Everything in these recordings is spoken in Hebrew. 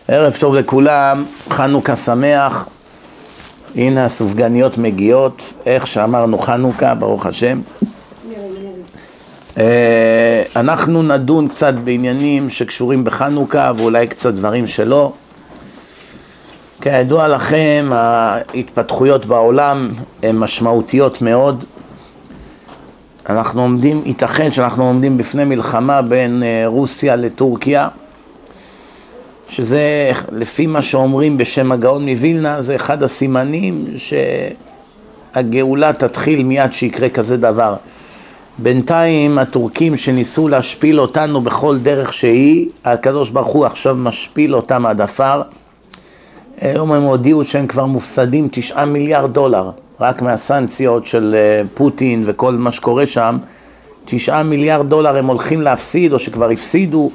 ערב טוב לכולם, חנוכה שמח. הנה הסופגניות מגיעות, איך שאמרנו חנוכה, ברוך השם. אנחנו נדון קצת בעניינים שקשורים בחנוכה ואולי קצת דברים שלא. כידוע לכם, ההתפתחויות בעולם הן משמעותיות מאוד. ייתכן שאנחנו עומדים בפני מלחמה בין רוסיה לטורקיה, שזה לפי מה שאומרים בשם הגאון מווילנה, זה אחד הסימנים שהגאולה תתחיל מיד שיקרה כזה דבר. בינתיים הטורקים שניסו להשפיל אותנו בכל דרך שהיא, הקדוש ברוך הוא עכשיו משפיל אותם עד עפר. היום הם הודיעו שהם כבר מופסדים 9 מיליארד דולר, רק מהסנקציות של פוטין וכל מה שקורה שם. 9 מיליארד דולר הם הולכים להפסיד או שכבר הפסידו.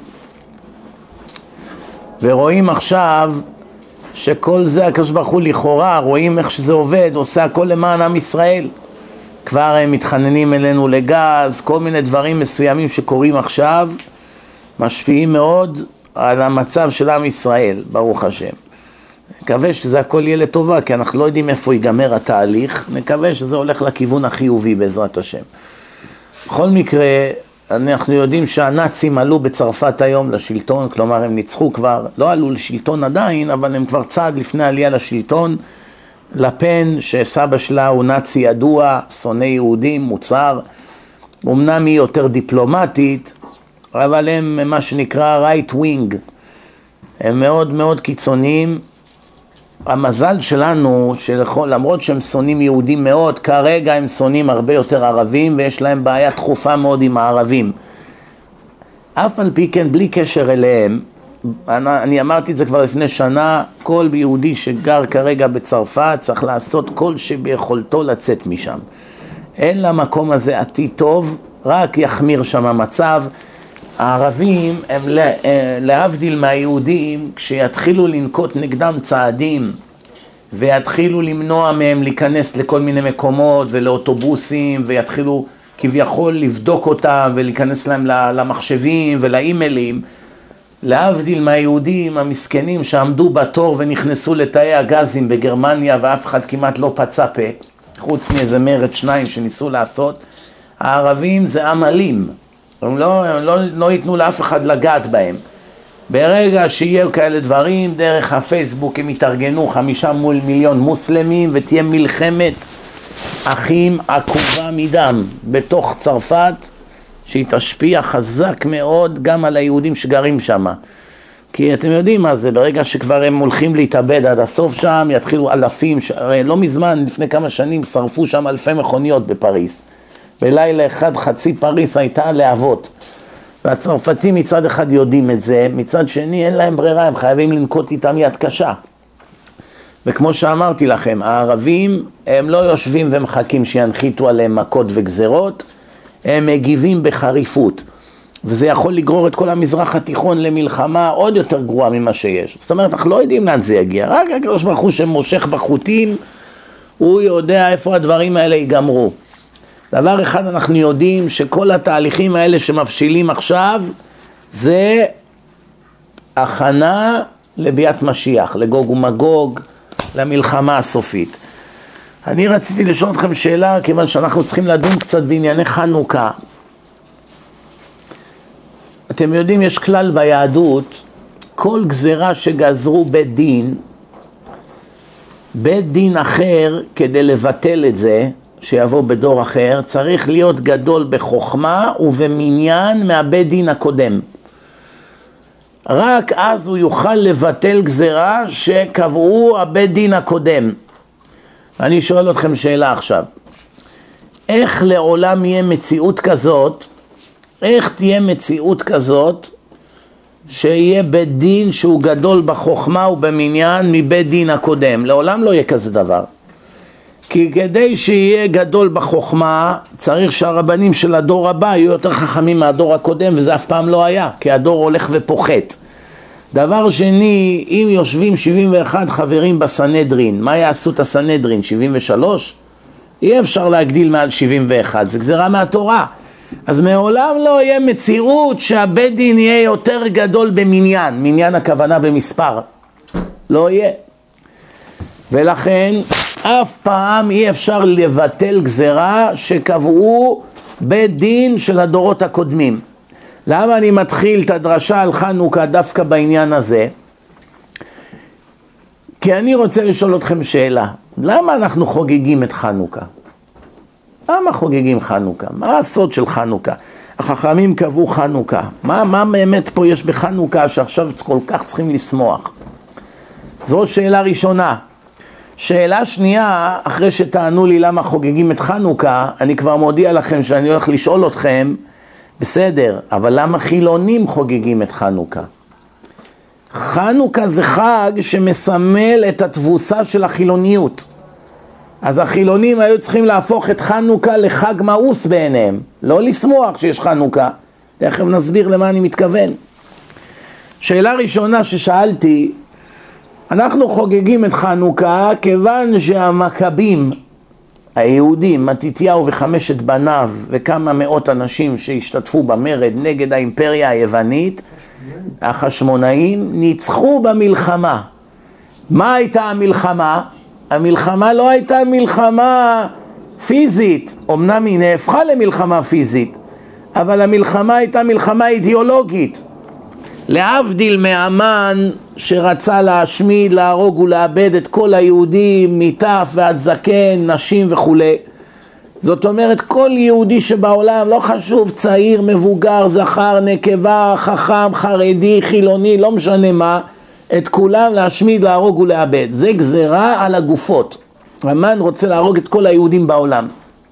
ורואים עכשיו שכל זה הקדוש ברוך הוא לכאורה, רואים איך שזה עובד, עושה הכל למען עם ישראל. כבר הם מתחננים אלינו לגז, כל מיני דברים מסוימים שקורים עכשיו, משפיעים מאוד על המצב של עם ישראל, ברוך השם. נקווה שזה הכל יהיה לטובה, כי אנחנו לא יודעים איפה ייגמר התהליך, נקווה שזה הולך לכיוון החיובי בעזרת השם. בכל מקרה, אנחנו יודעים שהנאצים עלו בצרפת היום לשלטון, כלומר הם ניצחו כבר, לא עלו לשלטון עדיין, אבל הם כבר צעד לפני עלייה לשלטון. לפן שסבא שלה הוא נאצי ידוע, שונא יהודים, מוצר, אמנם היא יותר דיפלומטית, אבל הם מה שנקרא right wing, הם מאוד מאוד קיצוניים. המזל שלנו, למרות שהם שונאים יהודים מאוד, כרגע הם שונאים הרבה יותר ערבים, ויש להם בעיה דחופה מאוד עם הערבים. אף על פי כן, בלי קשר אליהם, אני אמרתי את זה כבר לפני שנה, כל יהודי שגר כרגע בצרפת צריך לעשות כל שביכולתו לצאת משם. אין למקום הזה עתיד טוב, רק יחמיר שם המצב. הערבים הם להבדיל מהיהודים, כשיתחילו לנקוט נגדם צעדים ויתחילו למנוע מהם להיכנס לכל מיני מקומות ולאוטובוסים, ויתחילו כביכול לבדוק אותם ולהיכנס להם למחשבים ולאימיילים, להבדיל מהיהודים המסכנים שעמדו בתור ונכנסו לתאי הגזים בגרמניה ואף אחד כמעט לא פצע פה, חוץ מאיזה מרד שניים שניסו לעשות. הערבים זה עם אלים, הם לא ייתנו לאף אחד לגעת בהם. ברגע שיהיו כאלה דברים, דרך הפייסבוק הם יתארגנו 5 מיליון מוסלמים ותהיה מלחמת אחים עקובה מדם בתוך צרפת, שהיא תשפיע חזק מאוד גם על היהודים שגרים שם. כי אתם יודעים מה זה, ברגע שכבר הם הולכים להתאבד עד הסוף שם, יתחילו אלפים, הרי לא מזמן, לפני כמה שנים, שרפו שם אלפי מכוניות בפריס. בלילה אחד חצי פריס הייתה להבות. והצרפתים מצד אחד יודעים את זה, מצד שני אין להם ברירה, הם חייבים לנקוט איתם יד קשה. וכמו שאמרתי לכם, הערבים הם לא יושבים ומחכים שינחיתו עליהם מכות וגזרות, הם מגיבים בחריפות, וזה יכול לגרור את כל המזרח התיכון למלחמה עוד יותר גרועה ממה שיש. זאת אומרת, אנחנו לא יודעים לאן זה יגיע, רק הקדוש ברוך הוא שמושך בחוטים, הוא יודע איפה הדברים האלה ייגמרו. דבר אחד אנחנו יודעים, שכל התהליכים האלה שמבשילים עכשיו, זה הכנה לביאת משיח, לגוג ומגוג, למלחמה הסופית. אני רציתי לשאול אתכם שאלה, כיוון שאנחנו צריכים לדון קצת בענייני חנוכה. אתם יודעים, יש כלל ביהדות, כל גזרה שגזרו בית דין אחר, כדי לבטל את זה, שיבוא בדור אחר, צריך להיות גדול בחוכמה ובמניין מהבית דין הקודם. רק אז הוא יוכל לבטל גזרה שקבעו הבית דין הקודם. אני שואל אתכם שאלה עכשיו, איך לעולם יהיה מציאות כזאת, איך תהיה מציאות כזאת, שיהיה בית דין שהוא גדול בחוכמה ובמניין מבית דין הקודם? לעולם לא יהיה כזה דבר. כי כדי שיהיה גדול בחוכמה, צריך שהרבנים של הדור הבא יהיו יותר חכמים מהדור הקודם, וזה אף פעם לא היה, כי הדור הולך ופוחת. דבר שני, אם יושבים 71 חברים בסנהדרין, מה יעשו את הסנהדרין? 73? אי אפשר להגדיל מעל 71, זה גזרה מהתורה. אז מעולם לא יהיה מציאות שהבית דין יהיה יותר גדול במניין, מניין הכוונה במספר. לא יהיה. ולכן אף פעם אי אפשר לבטל גזרה שקבעו בית דין של הדורות הקודמים. למה אני מתחיל את הדרשה על חנוכה דווקא בעניין הזה? כי אני רוצה לשאול אתכם שאלה. למה אנחנו חוגגים את חנוכה? למה חוגגים חנוכה? מה הסוד של חנוכה? החכמים קבעו חנוכה. מה באמת פה יש בחנוכה שעכשיו כל כך צריכים לשמוח? זו שאלה ראשונה. שאלה שנייה, אחרי שתענו לי למה חוגגים את חנוכה, אני כבר מודיע לכם שאני הולך לשאול אתכם, בסדר, אבל למה חילונים חוגגים את חנוכה? חנוכה זה חג שמסמל את התבוסה של החילוניות. אז החילונים היו צריכים להפוך את חנוכה לחג מאוס בעיניהם, לא לשמוח שיש חנוכה. תכף נסביר למה אני מתכוון. שאלה ראשונה ששאלתי, אנחנו חוגגים את חנוכה כיוון שהמכבים, היהודים, מתתיהו וחמשת בניו וכמה מאות אנשים שהשתתפו במרד נגד האימפריה היוונית, החשמונאים, ניצחו במלחמה. מה הייתה המלחמה? המלחמה לא הייתה מלחמה פיזית, אמנם היא נהפכה למלחמה פיזית, אבל המלחמה הייתה מלחמה אידיאולוגית. להבדיל מהמן שרצה להשמיד, להרוג ולאבד את כל היהודים, מטף ועד זקן, נשים וכו'. זאת אומרת, כל יהודי שבעולם, לא חשוב, צעיר, מבוגר, זכר, נקבה, חכם, חרדי, חילוני, לא משנה מה, את כולם להשמיד, להרוג ולאבד. זה גזרה על הגופות. המן רוצה להרוג את כל היהודים בעולם.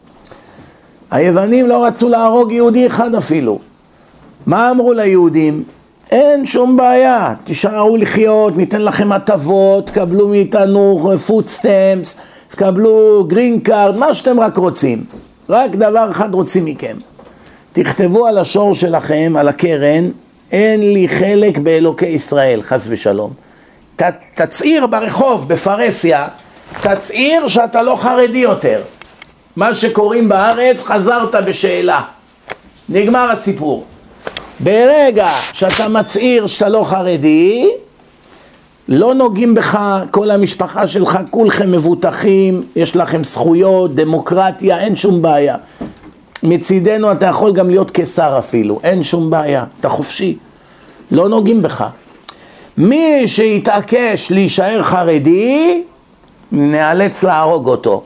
היוונים לא רצו להרוג יהודי אחד אפילו. מה אמרו ליהודים? אין שום בעיה, תישארו לחיות, ניתן לכם הטבות, תקבלו מאיתנו food stamps, תקבלו green card, מה שאתם רק רוצים. רק דבר אחד רוצים מכם. תכתבו על השור שלכם, על הקרן, אין לי חלק באלוקי ישראל, חס ושלום. תצעיר ברחוב, בפרסיה, תצעיר שאתה לא חרדי יותר. מה שקוראים בארץ, חזרת בשאלה. נגמר הסיפור. ברגע שאתה מצעיר שאתה לא חרדי, לא נוגעים בך, כל המשפחה שלך, כולכם מבוטחים, יש לכם זכויות, דמוקרטיה, אין שום בעיה. מצידנו אתה יכול גם להיות קיסר אפילו, אין שום בעיה, אתה חופשי, לא נוגעים בך. מי שיתעקש להישאר חרדי, נאלץ להרוג אותו.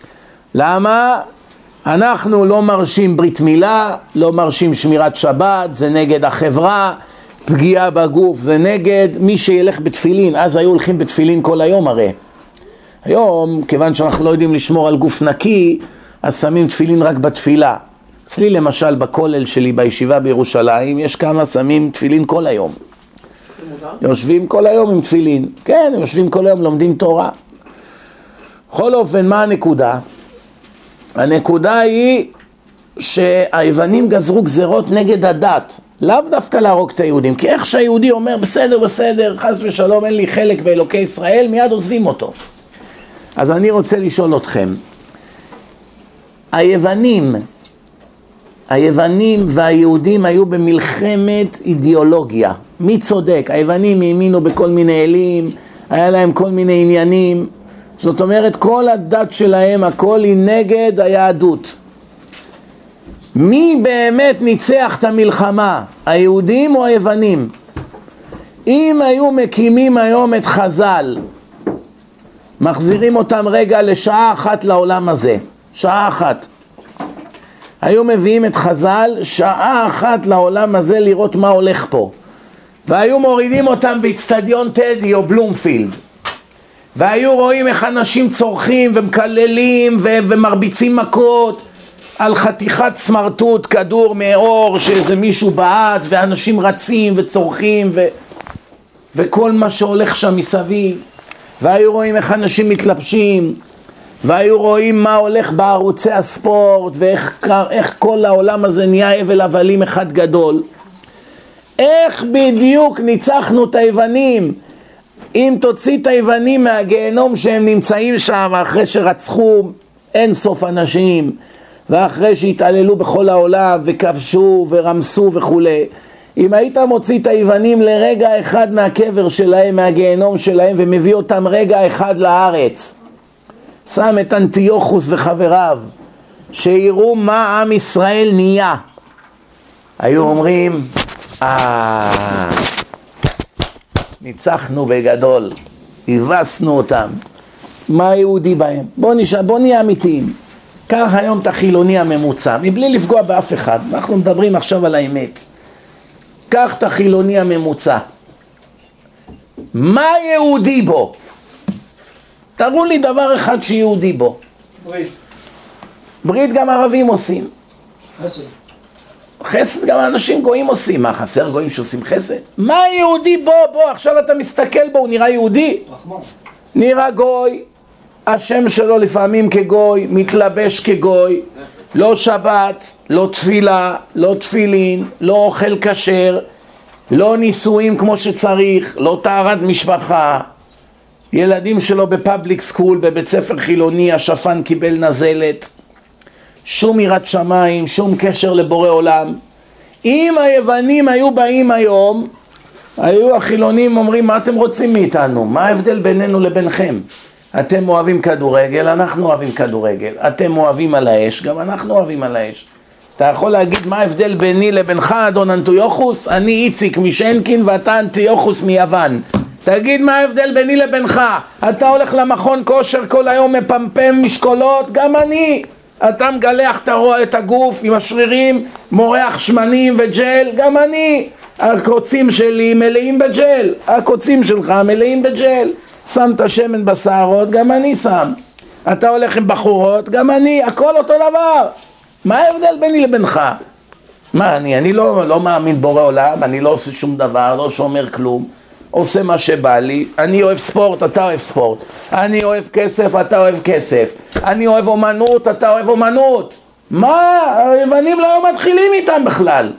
למה? אנחנו לא מרשים ברית מילה, לא מרשים שמירת שבת, זה נגד החברה, פגיעה בגוף זה נגד, מי שילך בתפילין, אז היו הולכים בתפילין כל היום הרי. היום, כיוון שאנחנו לא יודעים לשמור על גוף נקי, אז שמים תפילין רק בתפילה. אצלי למשל בכולל שלי בישיבה בירושלים, יש כמה שמים תפילין כל היום. יושבים כל היום עם תפילין, כן, יושבים כל היום, לומדים תורה. בכל אופן, מה הנקודה? הנקודה היא שהיוונים גזרו גזרות נגד הדת, לאו דווקא להרוג את היהודים, כי איך שהיהודי אומר בסדר, בסדר, חס ושלום, אין לי חלק באלוקי ישראל, מיד עוזבים אותו. אז אני רוצה לשאול אתכם, היוונים והיהודים היו במלחמת אידיאולוגיה. מי צודק? היוונים האמינו בכל מיני אלים, היה להם כל מיני עניינים, זאת אומרת כל הדת שלהם הכל היא נגד היהדות. מי באמת ניצח את המלחמה, היהודים או היוונים? אם היו מקימים היום את חז"ל, מחזירים אותם רגע לשעה אחת לעולם הזה, שעה אחת, היו מביאים את חז"ל שעה אחת לעולם הזה לראות מה הולך פה, והיו מורידים אותם באצטדיון טדי או בלומפילד, והיו רואים איך אנשים צורכים ומקללים ומרביצים מכות על חתיכת סמרטוט, כדור מאור שאיזה מישהו בעט, ואנשים רצים וצורכים וכל מה שהולך שם מסביב, והיו רואים איך אנשים מתלבשים, והיו רואים מה הולך בערוצי הספורט, ואיך כל העולם הזה נהיה אבל הבלים אחד גדול. איך בדיוק ניצחנו את היוונים? אם תוציא את היוונים מהגיהנום שהם נמצאים שם, אחרי שרצחו אין סוף אנשים, ואחרי שהתעללו בכל העולם וכבשו ורמסו וכו', אם היית מוציא את היוונים לרגע אחד מהקבר שלהם, מהגיהנום שלהם, ומביא אותם רגע אחד לארץ, שם את אנטיוכוס וחבריו, שיראו מה עם ישראל נהיה, היו אומרים, ניצחנו בגדול, הבסנו אותם. מה היהודי בהם? בוא נהיה אמיתיים. קח היום את החילוני הממוצע, מבלי לפגוע באף אחד, אנחנו מדברים עכשיו על האמת. קח את החילוני הממוצע. מה יהודי בו? תראו לי דבר אחד שיהודי בו. ברית. ברית גם ערבים עושים. חסד. חסד גם אנשים גויים עושים. מה, חסר גויים שעושים חסד? מה יהודי בו? בוא, עכשיו אתה מסתכל בו, הוא נראה יהודי? רחמן. נראה גוי. השם שלו לפעמים כגוי, מתלבש כגוי, לא שבת, לא תפילה, לא תפילין, לא אוכל כשר, לא נישואים כמו שצריך, לא טהרת משפחה, ילדים שלו בפאבליק סקול, בבית ספר חילוני, השפן קיבל נזלת, שום יראת שמיים, שום קשר לבורא עולם. אם היוונים היו באים היום, היו החילונים אומרים, מה אתם רוצים מאיתנו? מה ההבדל בינינו לבינכם? אתם אוהבים כדורגל, אנחנו אוהבים כדורגל. אתם אוהבים על האש, גם אנחנו אוהבים על האש. אתה יכול להגיד מה ההבדל ביני לבינך, אדון אנטיוכוס? אני איציק משנקין ואתה אנטיוכוס מיוון. תגיד מה ההבדל ביני לבינך? אתה הולך למכון כושר כל היום מפמפם משקולות, גם אני. אתה מגלח את הגוף עם השרירים, מורח שמנים וג'ל, גם אני. הקוצים שלי מלאים בג'ל, הקוצים שלך מלאים בג'ל. שמת שמן בשערות, גם אני שם. אתה הולך עם בחורות, גם אני, הכל אותו דבר. מה ההבדל ביני לבינך? מה, אני לא מאמין בורא עולם, אני לא עושה שום דבר, לא שומר כלום, עושה מה שבא לי, אני אוהב ספורט, אתה אוהב ספורט, אני אוהב כסף, אתה אוהב כסף, אני אוהב אומנות, אתה אוהב אומנות. מה? היוונים לא היו מתחילים איתם בכלל.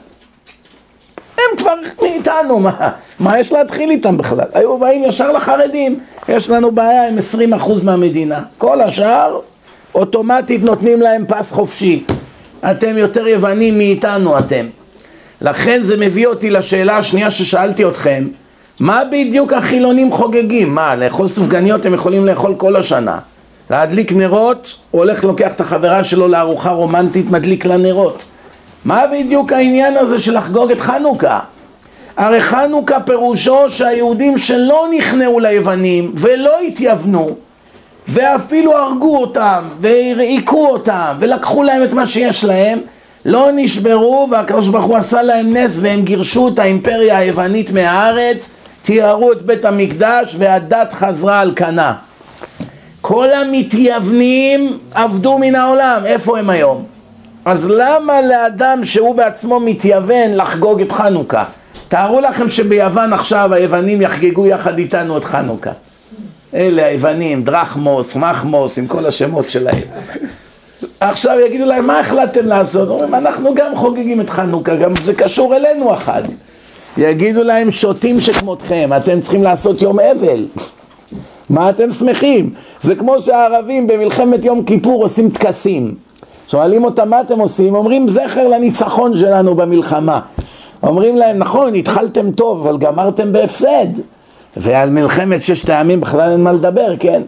הם כבר מאיתנו, מה יש להתחיל איתם בכלל? היו באים ישר לחרדים, יש לנו בעיה עם 20% מהמדינה, כל השאר אוטומטית נותנים להם פס חופשי. אתם יותר יוונים מאיתנו אתם. לכן זה מביא אותי לשאלה השנייה ששאלתי אתכם, מה בדיוק החילונים חוגגים? מה, לאכול סופגניות הם יכולים לאכול כל השנה, להדליק נרות, הוא הולך לוקח את החברה שלו לארוחה רומנטית, מדליק לה נרות. מה בדיוק העניין הזה של לחגוג את חנוכה? הרי חנוכה פירושו שהיהודים שלא נכנעו ליוונים ולא התייוונו ואפילו הרגו אותם והרעיקו אותם ולקחו להם את מה שיש להם, לא נשברו, והקדוש ברוך הוא עשה להם נס והם גירשו את האימפריה היוונית מהארץ, תיארו את בית המקדש והדת חזרה על כנה. כל המתייוונים עבדו מן העולם, איפה הם היום? אז למה לאדם שהוא בעצמו מתייוון לחגוג את חנוכה? תארו לכם שביוון עכשיו היוונים יחגגו יחד איתנו את חנוכה. אלה היוונים, דרחמוס, מחמוס, עם כל השמות שלהם. עכשיו יגידו להם, מה החלטתם לעשות? אומרים, אנחנו גם חוגגים את חנוכה, גם זה קשור אלינו החג. יגידו להם, שותים שכמותכם, אתם צריכים לעשות יום אבל. מה אתם שמחים? זה כמו שהערבים במלחמת יום כיפור עושים טקסים. שואלים אותם מה אתם עושים? אומרים זכר לניצחון שלנו במלחמה. אומרים להם נכון, התחלתם טוב אבל גמרתם בהפסד, ועל מלחמת 6 הימים בכלל אין מה לדבר, כן?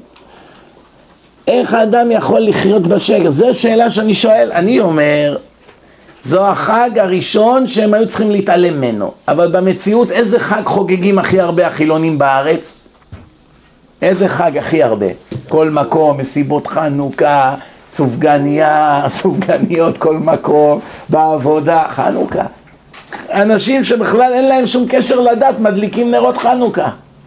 איך האדם יכול לחיות בשקר? זו שאלה שאני שואל. אני אומר, זו החג הראשון שהם היו צריכים להתעלם ממנו, אבל במציאות איזה חג חוגגים הכי הרבה החילונים בארץ? איזה חג הכי הרבה? כל מקום, מסיבות חנוכה, סופגניה, סופגניות כל מקום, בעבודה, חנוכה. אנשים שבכלל אין להם שום קשר לדת מדליקים נרות חנוכה.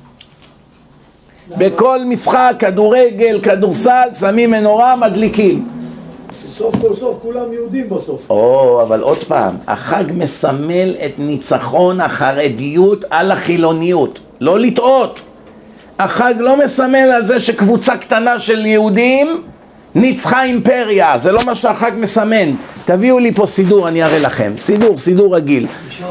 בכל משחק, כדורגל, כדורסל, שמים מנורה, מדליקים. סוף כל סוף כולם יהודים בסוף. אבל עוד פעם, החג מסמל את ניצחון החרדיות על החילוניות. לא לטעות. החג לא מסמל על זה שקבוצה קטנה של יהודים ניצחה אימפריה, זה לא מה שהחג מסמן. תביאו לי פה סידור, אני אראה לכם. סידור רגיל.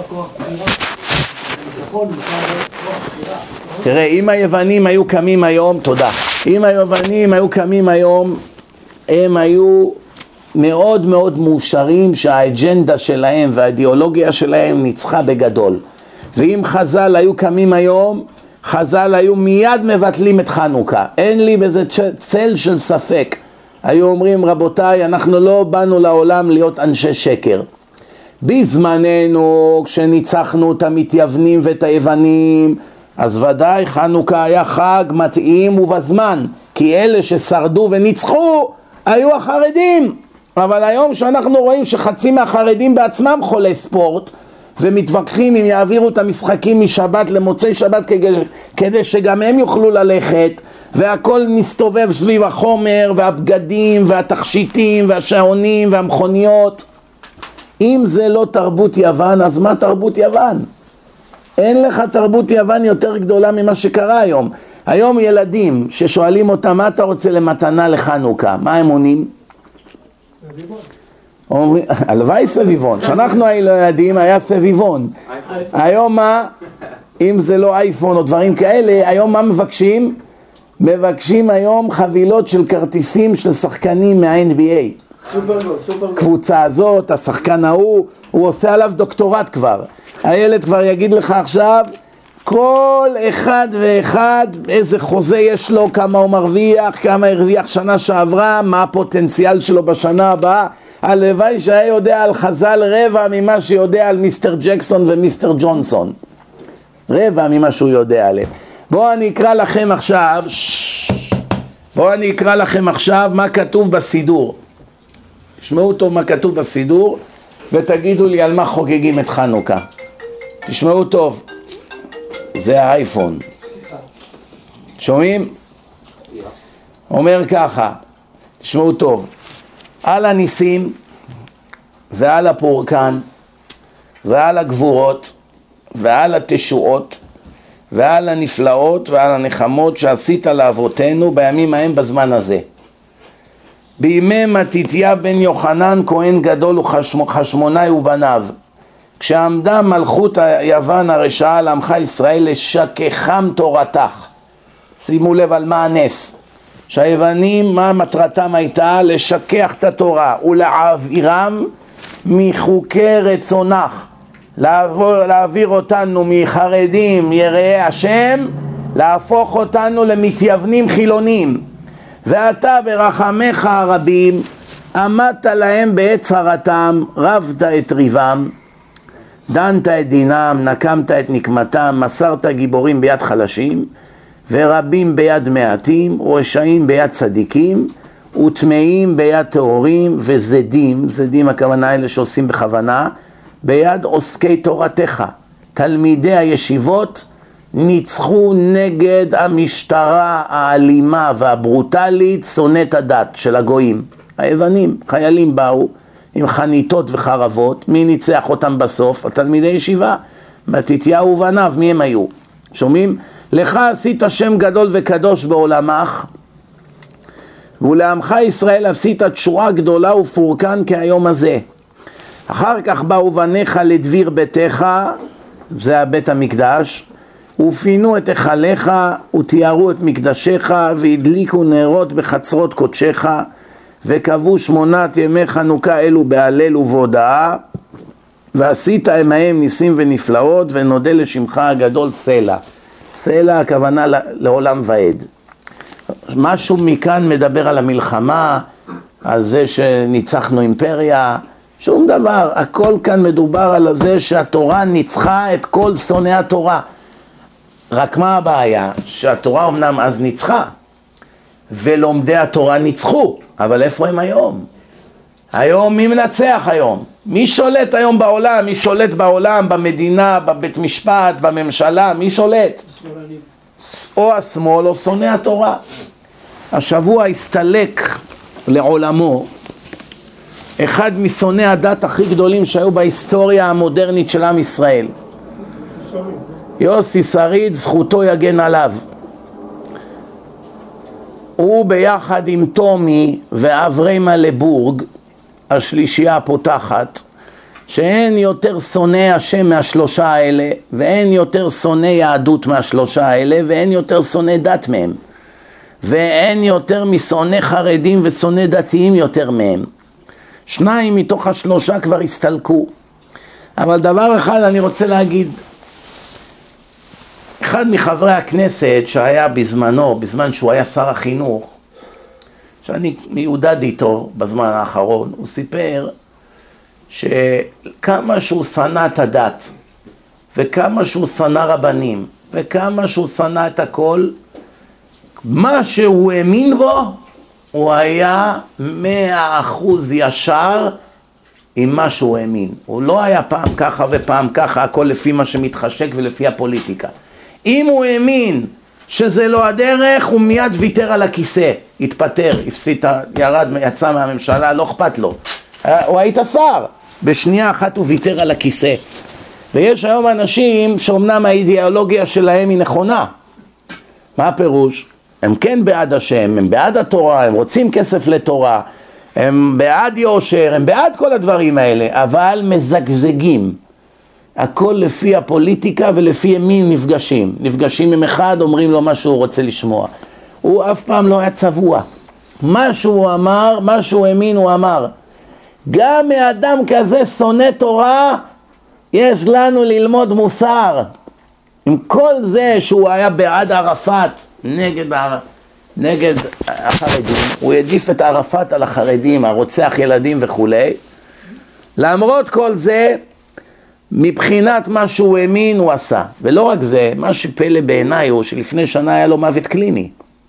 תראה, אם היוונים היו קמים היום, תודה. אם היוונים היו קמים היום, הם היו מאוד מאוד מאושרים שהאג'נדה שלהם והאידיאולוגיה שלהם ניצחה בגדול. ואם חז"ל היו קמים היום, חז"ל היו מיד מבטלים את חנוכה. אין לי בזה צל של ספק. היו אומרים, רבותיי, אנחנו לא באנו לעולם להיות אנשי שקר. בזמננו, כשניצחנו את המתייוונים ואת היוונים, אז ודאי חנוכה היה חג מתאים ובזמן, כי אלה ששרדו וניצחו היו החרדים. אבל היום שאנחנו רואים שחצי מהחרדים בעצמם חולי ספורט, ומתווכחים אם יעבירו את המשחקים משבת למוצאי שבת כדי שגם הם יוכלו ללכת, והכל מסתובב סביב החומר והבגדים והתכשיטים והשעונים והמכוניות. אם זה לא תרבות יוון, אז מה תרבות יוון? אין לך תרבות יוון יותר גדולה ממה שקרה היום. היום ילדים ששואלים אותם מה אתה רוצה למתנה לחנוכה, מה הם עונים? סביבון. אומרים, הלוואי סביבון, שאנחנו הילדים היה סביבון. היום מה? אם זה לא אייפון או דברים כאלה, היום מה מבקשים? מבקשים היום חבילות של כרטיסים של שחקנים מה-NBA. קבוצה הזאת, השחקן ההוא, הוא עושה עליו דוקטורט כבר. הילד כבר יגיד לך עכשיו כל אחד ואחד איזה חוזה יש לו, כמה הוא מרוויח, כמה הרוויח שנה שעברה, מה הפוטנציאל שלו בשנה הבאה. הלוואי שהיה יודע על חז"ל רבע ממה שיודע על מיסטר ג'קסון ומיסטר ג'ונסון. רבע ממה שהוא יודע עליהם. בואו אני אקרא לכם עכשיו מה כתוב בסידור. תשמעו טוב מה כתוב בסידור ותגידו לי על מה חוגגים את חנוכה. תשמעו טוב, זה האייפון. שומעים? אומר ככה, תשמעו טוב, על הניסים ועל הפורקן ועל הגבורות ועל התשועות ועל הנפלאות ועל הנחמות שעשית לאבותינו בימים ההם בזמן הזה. בימי מתתיה בן יוחנן כהן גדול וחשמונאי ובניו, כשעמדה מלכות יוון הרשעה על עמך ישראל לשכחם תורתך. שימו לב על מה הנס. שהיוונים, מה מטרתם הייתה? לשכח את התורה ולהעבירם מחוקי רצונך, להעביר אותנו מחרדים יראי השם, להפוך אותנו למתייוונים חילונים. ואתה ברחמך הרבים עמדת להם בעת צרתם, רבת את ריבם, דנת את דינם, נקמת את נקמתם, מסרת גיבורים ביד חלשים ורבים ביד מעטים, ורשעים ביד צדיקים, וטמאים ביד טהורים, וזדים, זדים הכוונה האלה שעושים בכוונה, ביד עוסקי תורתך. תלמידי הישיבות ניצחו נגד המשטרה האלימה והברוטלית שונאת הדת של הגויים. היוונים, חיילים באו עם חניתות וחרבות, מי ניצח אותם בסוף? התלמידי ישיבה, מתתיהו ובניו, מי הם היו? שומעים? לך עשית שם גדול וקדוש בעולמך, ולעמך ישראל עשית תשועה גדולה ופורקן כהיום הזה. אחר כך באו בניך לדביר ביתך, זה הבית המקדש, ופינו את היכליך ותיארו את מקדשיך והדליקו נרות בחצרות קודשך, וקבעו 8 ימי חנוכה אלו בהלל ובהודאה, ועשית עמהם ניסים ונפלאות, ונודה לשמך הגדול סלע. סלע הכוונה לעולם ועד. משהו מכאן מדבר על המלחמה, על זה שניצחנו אימפריה, שום דבר. הכל כאן מדובר על זה שהתורה ניצחה את כל שונאי התורה. רק מה הבעיה? שהתורה אמנם אז ניצחה, ולומדי התורה ניצחו, אבל איפה הם היום? היום מי מנצח היום? מי שולט היום בעולם? מי שולט בעולם, במדינה, בבית משפט, בממשלה? מי שולט? או השמאל או שונאי התורה. השבוע הסתלק לעולמו אחד משונאי הדת הכי גדולים שהיו בהיסטוריה המודרנית של עם ישראל. יוסי שריד, זכותו יגן עליו. הוא ביחד עם תומי ואבריימה לבורג, השלישייה הפותחת, שאין יותר שונאי השם מהשלושה האלה, ואין יותר שונאי יהדות מהשלושה האלה, ואין יותר שונאי דת מהם, ואין יותר משונאי חרדים ושונאי דתיים יותר מהם. 2 מתוך 3 כבר הסתלקו. אבל דבר אחד אני רוצה להגיד, אחד מחברי הכנסת שהיה בזמנו, בזמן שהוא היה שר החינוך, שאני מיודד איתו בזמן האחרון, הוא סיפר שכמה שהוא שנא את הדת, וכמה שהוא שנא רבנים, וכמה שהוא שנא את הכל, מה שהוא האמין בו, הוא היה 100% ישר עם מה שהוא האמין. הוא לא היה פעם ככה ופעם ככה, הכל לפי מה שמתחשק ולפי הפוליטיקה. אם הוא האמין שזה לא הדרך, הוא מיד ויתר על הכיסא, התפטר, הפסיד, ירד, יצא מהממשלה, לא אכפת לו. הוא היית שר, בשנייה אחת הוא ויתר על הכיסא. ויש היום אנשים שאומנם האידיאולוגיה שלהם היא נכונה. מה הפירוש? הם כן בעד השם, הם בעד התורה, הם רוצים כסף לתורה, הם בעד יושר, הם בעד כל הדברים האלה, אבל מזגזגים. הכל לפי הפוליטיקה ולפי מי נפגשים. נפגשים עם אחד, אומרים לו מה שהוא רוצה לשמוע. הוא אף פעם לא היה צבוע. מה שהוא אמר, מה שהוא האמין, הוא אמר. גם מאדם כזה שונא תורה, יש לנו ללמוד מוסר. עם כל זה שהוא היה בעד ערפאת, נגד החרדים, הוא העדיף את ערפאת על החרדים, הרוצח ילדים וכו'. למרות כל זה, מבחינת מה שהוא האמין הוא עשה. ולא רק זה, מה שפלא בעיניי הוא שלפני שנה היה לו מוות קליני.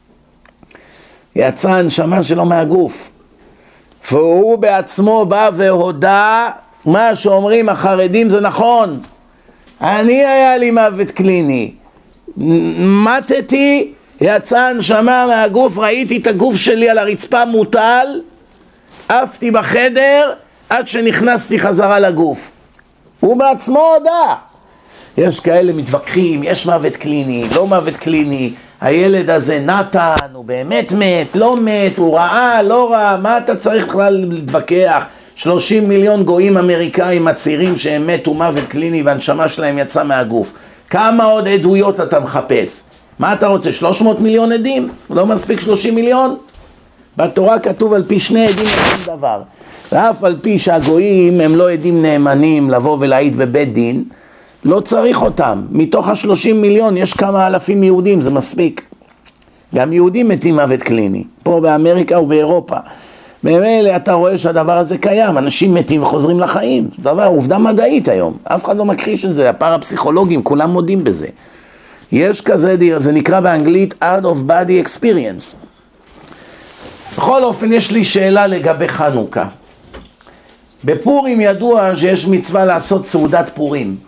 יצא הנשמה שלו מהגוף. והוא בעצמו בא והודע, מה שאומרים החרדים זה נכון. אני היה לי מוות קליני. מתתי, יצא הנשמה מהגוף, ראיתי את הגוף שלי על הרצפה מוטל, עפתי בחדר עד שנכנסתי חזרה לגוף. הוא בעצמו הודע. יש כאלה מתווכחים, יש מוות קליני, לא מוות קליני, הילד הזה נתן, הוא באמת מת, לא מת, הוא ראה, לא ראה, מה אתה צריך בכלל להתווכח? 30 מיליון גויים אמריקאים הצעירים שהם מתו מוות קליני והנשמה שלהם יצא מהגוף. כמה עוד עדויות אתה מחפש? מה אתה רוצה? 300 מיליון עדים? לא מספיק 30 מיליון? בתורה כתוב על פי 2 עדים אין דבר. ואף על פי שהגויים הם לא עדים נאמנים לבוא ולהעיד בבית דין, לא צריך אותם. מתוך 30 מיליון יש כמה אלפים יהודים, זה מספיק. גם יהודים מתים מוות קליני, פה באמריקה ובאירופה. במילא אתה רואה שהדבר הזה קיים, אנשים מתים וחוזרים לחיים. זה דבר, עובדה מדעית היום, אף אחד לא מכחיש את זה, הפרפסיכולוגים, כולם מודים בזה. יש כזה דיר, זה נקרא באנגלית out of body experience. בכל אופן יש לי שאלה לגבי חנוכה. בפורים ידוע שיש מצווה לעשות סעודת פורים.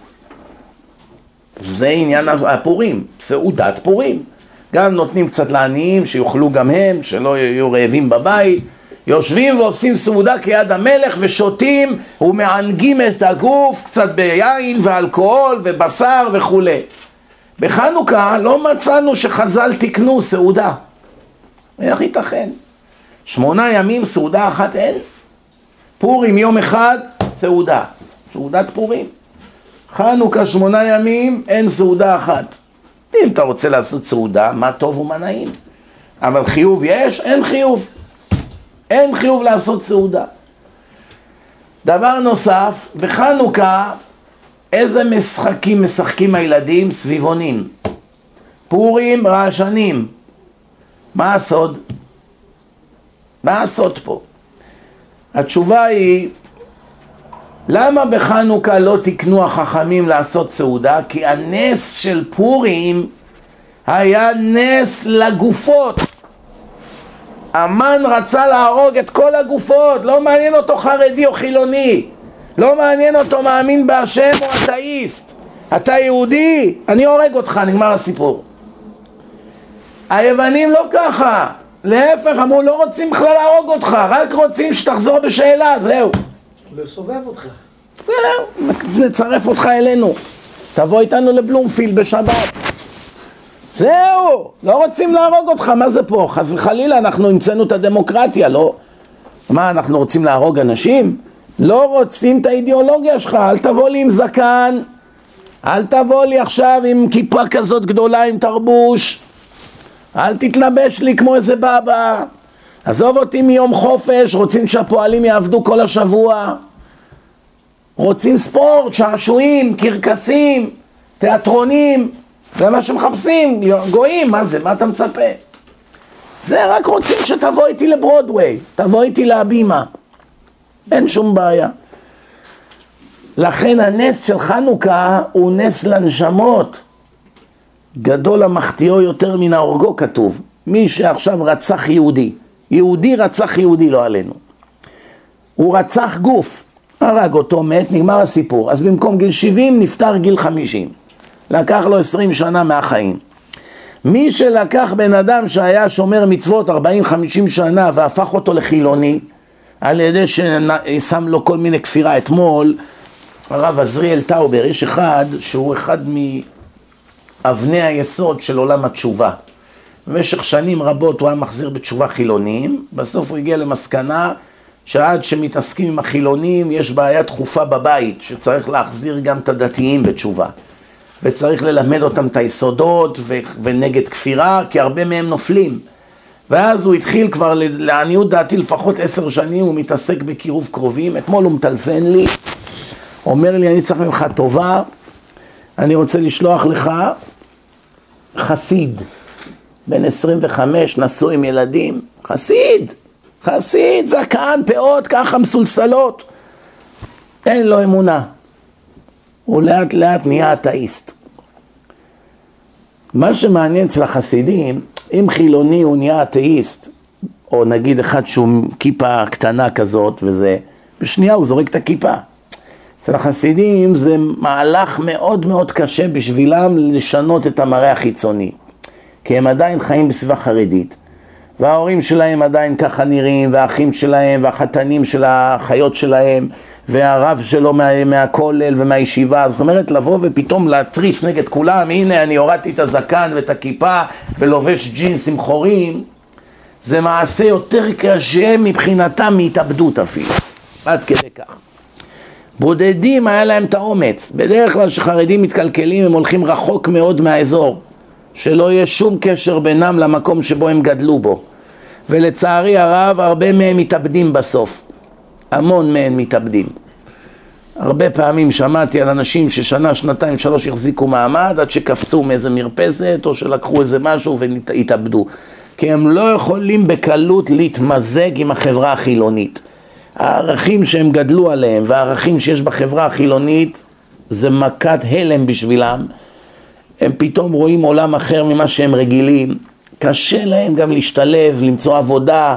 זה עניין הפורים, סעודת פורים. גם נותנים קצת לעניים שיוכלו גם הם, שלא יהיו רעבים בבית. יושבים ועושים סעודה כיד המלך ושותים ומענגים את הגוף קצת ביין ואלכוהול ובשר וכו'. בחנוכה לא מצאנו שחז"ל תקנו סעודה. איך ייתכן? 8 ימים סעודה אחת אין? פורים יום אחד סעודה, סעודת פורים. חנוכה 8 ימים אין סעודה אחת. אם אתה רוצה לעשות סעודה, מה טוב ומה נעים. אבל חיוב יש? אין חיוב. אין חיוב לעשות סעודה. דבר נוסף, בחנוכה איזה משחקים משחקים הילדים? סביבונים. פורים רעשנים. מה הסוד? מה הסוד פה? התשובה היא, למה בחנוכה לא תקנו החכמים לעשות סעודה? כי הנס של פורים היה נס לגופות. המן רצה להרוג את כל הגופות, לא מעניין אותו חרדי או חילוני, לא מעניין אותו מאמין בהשם או אתאיסט. אתה יהודי, אני הורג אותך, נגמר הסיפור. היוונים לא ככה, להפך, אמרו לא רוצים בכלל להרוג אותך, רק רוצים שתחזור בשאלה, זהו. לסובב אותך. זהו, נצרף אותך אלינו, תבוא איתנו לבלומפילד בשבת. זהו, לא רוצים להרוג אותך, מה זה פה? חס וחלילה, אנחנו המצאנו את הדמוקרטיה, לא? מה, אנחנו רוצים להרוג אנשים? לא רוצים את האידיאולוגיה שלך, אל תבוא לי עם זקן, אל תבוא לי עכשיו עם כיפה כזאת גדולה עם תרבוש, אל תתלבש לי כמו איזה בבא, עזוב אותי מיום חופש, רוצים שהפועלים יעבדו כל השבוע, רוצים ספורט, שעשועים, קרקסים, תיאטרונים, זה מה שמחפשים, גויים, מה זה, מה אתה מצפה? זה רק רוצים שתבוא איתי לברודווי, תבוא איתי להבימה, אין שום בעיה. לכן הנס של חנוכה הוא נס לנשמות, גדול המחטיאו יותר מן ההורגו כתוב, מי שעכשיו רצח יהודי, יהודי רצח יהודי לא עלינו, הוא רצח גוף, הרג אותו, מת, נגמר הסיפור, אז במקום גיל 70 נפטר גיל 50, לקח לו 20 שנה מהחיים. מי שלקח בן אדם שהיה שומר מצוות 40-50 שנה והפך אותו לחילוני, על ידי ששם לו כל מיני כפירה, אתמול הרב עזריאל טאובר, יש אחד שהוא אחד מאבני היסוד של עולם התשובה. במשך שנים רבות הוא היה מחזיר בתשובה חילונים, בסוף הוא הגיע למסקנה שעד שמתעסקים עם החילונים יש בעיה דחופה בבית, שצריך להחזיר גם את הדתיים בתשובה. וצריך ללמד אותם את היסודות ונגד כפירה, כי הרבה מהם נופלים. ואז הוא התחיל כבר, לעניות דעתי לפחות 10 שנים, הוא מתעסק בקירוב קרובים. אתמול הוא מטלפן לי, אומר לי, אני צריך ממך טובה, אני רוצה לשלוח לך חסיד, בן 25, נשוי עם ילדים, חסיד, זקן, פאות, ככה מסולסלות, אין לו אמונה. הוא לאט לאט נהיה אתאיסט. מה שמעניין אצל החסידים, אם חילוני הוא נהיה אתאיסט, או נגיד אחד שהוא כיפה קטנה כזאת וזה, בשנייה הוא זורק את הכיפה. אצל החסידים זה מהלך מאוד מאוד קשה בשבילם לשנות את המראה החיצוני. כי הם עדיין חיים בסביבה חרדית, וההורים שלהם עדיין ככה נראים, והאחים שלהם והחתנים של האחיות שלהם, והרב שלו מהכולל ומהישיבה. זאת אומרת לבוא ופתאום להטריף נגד כולם, הנה אני הורדתי את הזקן ואת הכיפה ולובש ג'ינס עם חורים, זה מעשה יותר קשה מבחינתם מהתאבדות אפילו, עד כדי כך. בודדים היה להם את האומץ, בדרך כלל שחרדים מתקלקלים הם הולכים רחוק מאוד מהאזור, שלא יהיה שום קשר בינם למקום שבו הם גדלו בו, ולצערי הרב הרבה מהם מתאבדים בסוף, המון מהם מתאבדים. הרבה פעמים שמעתי על אנשים ששנה, שנתיים, 3 החזיקו מעמד עד שקפצו מאיזה מרפסת או שלקחו איזה משהו והתאבדו, כי הם לא יכולים בקלות להתמזג עם החברה החילונית. הערכים שהם גדלו עליהם והערכים שיש בחברה החילונית זה מכת הלם בשבילם. הם פתאום רואים עולם אחר ממה שהם רגילים, קשה להם גם להשתלב, למצוא עבודה,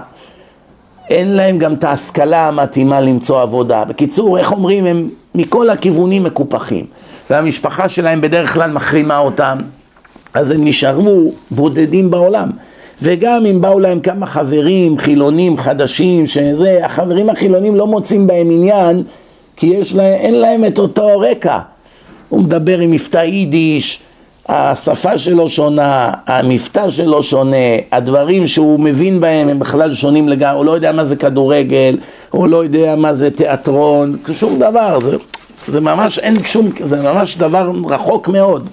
אין להם גם את ההשכלה המתאימה למצוא עבודה. בקיצור, איך אומרים, הם מכל הכיוונים מקופחים, והמשפחה שלהם בדרך כלל מחרימה אותם, אז הם נשארו בודדים בעולם. וגם אם באו להם כמה חברים חילונים חדשים, שזה, החברים החילונים לא מוצאים בהם עניין, כי אין להם את אותו רקע. הוא מדבר עם מבטא יידיש, השפה שלו שונה, המבטא שלו שונה, הדברים שהוא מבין בהם הם בכלל שונים לגמרי, הוא לא יודע מה זה כדורגל, הוא לא יודע מה זה תיאטרון, שום דבר, זה ממש אין שום, זה ממש דבר רחוק מאוד.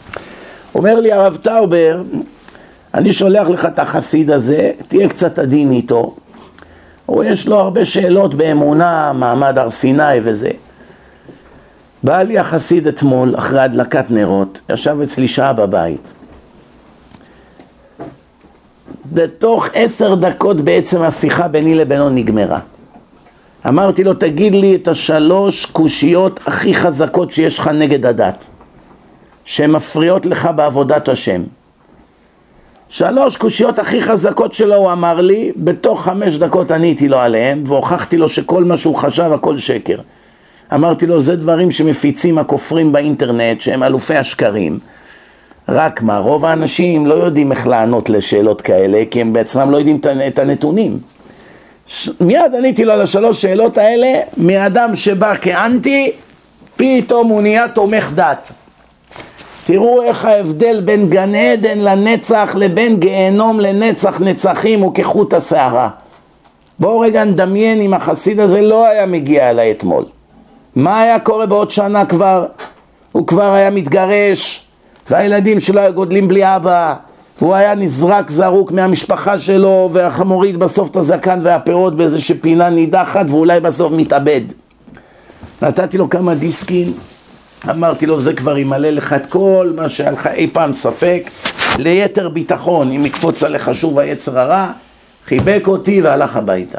אומר לי הרב טאובר, אני שולח לך את החסיד הזה, תהיה קצת עדין איתו, יש לו הרבה שאלות באמונה, מעמד הר סיני וזה. בא לי החסיד אתמול, אחרי הדלקת נרות, ישב אצלי שעה בבית. בתוך 10 דקות בעצם השיחה ביני לבינו נגמרה. אמרתי לו, תגיד לי את 3 קושיות הכי חזקות שיש לך נגד הדת, שמפריעות לך בעבודת השם. 3 קושיות הכי חזקות שלו הוא אמר לי, בתוך 5 דקות עניתי לו עליהם, והוכחתי לו שכל מה שהוא חשב הכל שקר. אמרתי לו, זה דברים שמפיצים הכופרים באינטרנט, שהם אלופי השקרים. רק מה, רוב האנשים לא יודעים איך לענות לשאלות כאלה, כי הם בעצמם לא יודעים את הנתונים. מיד עניתי לו על 3 שאלות האלה, מאדם שבא כאנטי, פתאום הוא נהיה תומך דת. תראו איך ההבדל בין גן עדן לנצח לבין גיהנום לנצח נצחים הוא כחוט השערה. בואו רגע נדמיין אם החסיד הזה לא היה מגיע אליי אתמול. מה היה קורה בעוד שנה כבר? הוא כבר היה מתגרש, והילדים שלו היו גודלים בלי אבא, והוא היה נזרק זרוק מהמשפחה שלו, ומוריד בסוף את הזקן והפאות באיזושהי פינה נידחת, ואולי בסוף מתאבד. נתתי לו כמה דיסקים, אמרתי לו, זה כבר ימלא לך את כל מה שהיה לך אי פעם ספק, ליתר ביטחון, אם יקפוץ עליך שוב היצר הרע, חיבק אותי והלך הביתה.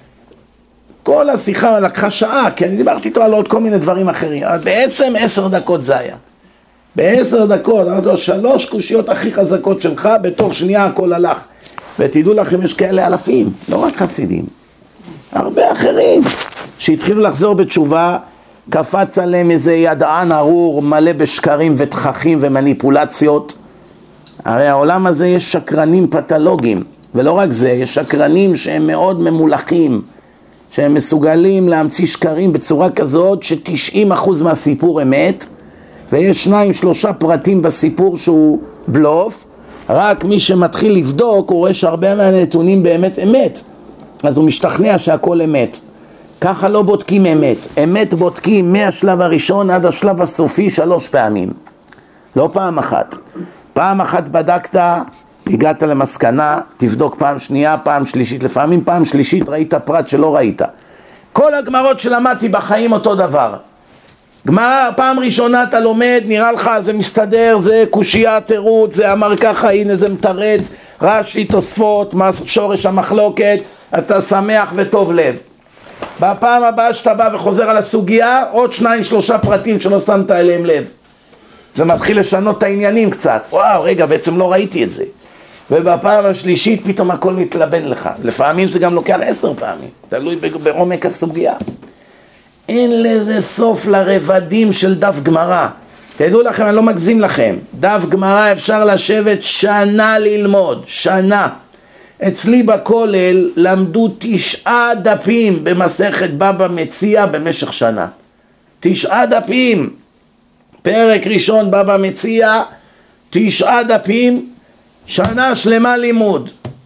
כל השיחה לקחה שעה, כי אני דיברתי איתו על עוד כל מיני דברים אחרים, אבל בעצם 10 דקות זה היה. ב10 דקות, אמרתי לו, 3 קושיות הכי חזקות שלך, בתוך שנייה הכל הלך. ותדעו לכם, יש כאלה אלפים, לא רק חסידים, הרבה אחרים, שהתחילו לחזור בתשובה, קפץ עליהם איזה ידען ארור, מלא בשקרים ותככים ומניפולציות. הרי העולם הזה יש שקרנים פתולוגיים, ולא רק זה, יש שקרנים שהם מאוד ממולחים, שהם מסוגלים להמציא שקרים בצורה כזאת ש90% מהסיפור אמת, ויש 2-3 פרטים בסיפור שהוא בלוף, רק מי שמתחיל לבדוק הוא רואה שהרבה מהנתונים באמת אמת, אז הוא משתכנע שהכל אמת. ככה לא בודקים אמת, אמת בודקים מהשלב הראשון עד השלב הסופי 3 פעמים, לא פעם אחת. פעם אחת בדקת, הגעת למסקנה, תבדוק פעם שנייה, פעם שלישית, לפעמים פעם שלישית ראית פרט שלא ראית. כל הגמרות שלמדתי בחיים אותו דבר. גמרא, פעם ראשונה אתה לומד, נראה לך זה מסתדר, זה קושייה, תירוץ, זה אמר ככה, הנה זה מתרץ, רש"י, תוספות, שורש המחלוקת, אתה שמח וטוב לב. בפעם הבאה שאתה בא וחוזר על הסוגיה, עוד 2-3 פרטים שלא שמת אליהם לב. זה מתחיל לשנות את העניינים קצת. וואו, רגע, בעצם לא ראיתי את זה. ובפעם השלישית פתאום הכל מתלבן לך. לפעמים זה גם לוקח 10 פעמים, תלוי בעומק הסוגיה. אין לזה סוף לרבדים של דף גמרא. תדעו לכם, אני לא מגזים לכם, דף גמרא אפשר לשבת שנה ללמוד, שנה. אצלי בכולל למדו 9 דפים במסכת בבא מציעא במשך שנה. 9 דפים. פרק ראשון בבא מציעא, 9 דפים, שנה שלמה לימוד.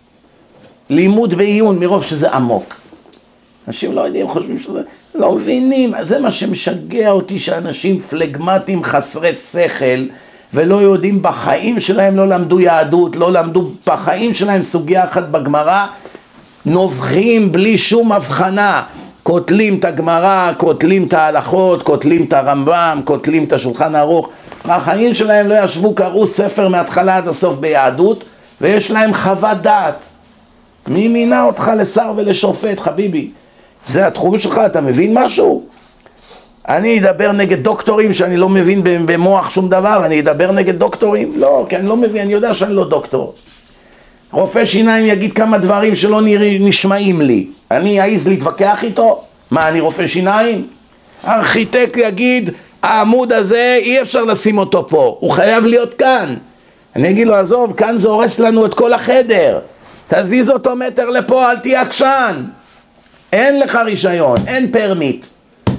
לימוד בעיון מרוב שזה עמוק. אנשים לא יודעים, חושבים שזה, לא מבינים. זה מה שמשגע אותי, שאנשים פלגמטיים חסרי שכל, ולא יודעים בחיים שלהם, לא למדו יהדות, לא למדו בחיים שלהם סוגיה אחת בגמרא, נובחים בלי שום הבחנה, קוטלים את הגמרא, קוטלים את ההלכות, קוטלים את הרמב"ם, קוטלים את השולחן ערוך. בחיים שלהם לא ישבו, קראו ספר מההתחלה עד הסוף ביהדות, ויש להם חוות דעת. מי מינה אותך לשר ולשופט, חביבי? זה התחום שלך, אתה מבין משהו? אני אדבר נגד דוקטורים שאני לא מבין במוח שום דבר, אני אדבר נגד דוקטורים? לא, כי אני לא מבין, אני יודע שאני לא דוקטור. רופא שיניים יגיד כמה דברים שלא נשמעים לי, אני אעז להתווכח איתו? מה, אני רופא שיניים? ארכיטקט יגיד, העמוד הזה אי אפשר לשים אותו פה, הוא חייב להיות כאן. אני אגיד לו, עזוב, כאן זה הורס לנו את כל החדר, תזיז אותו מטר לפה, אל תהיה עקשן. אין לך רישיון, אין פרמיט.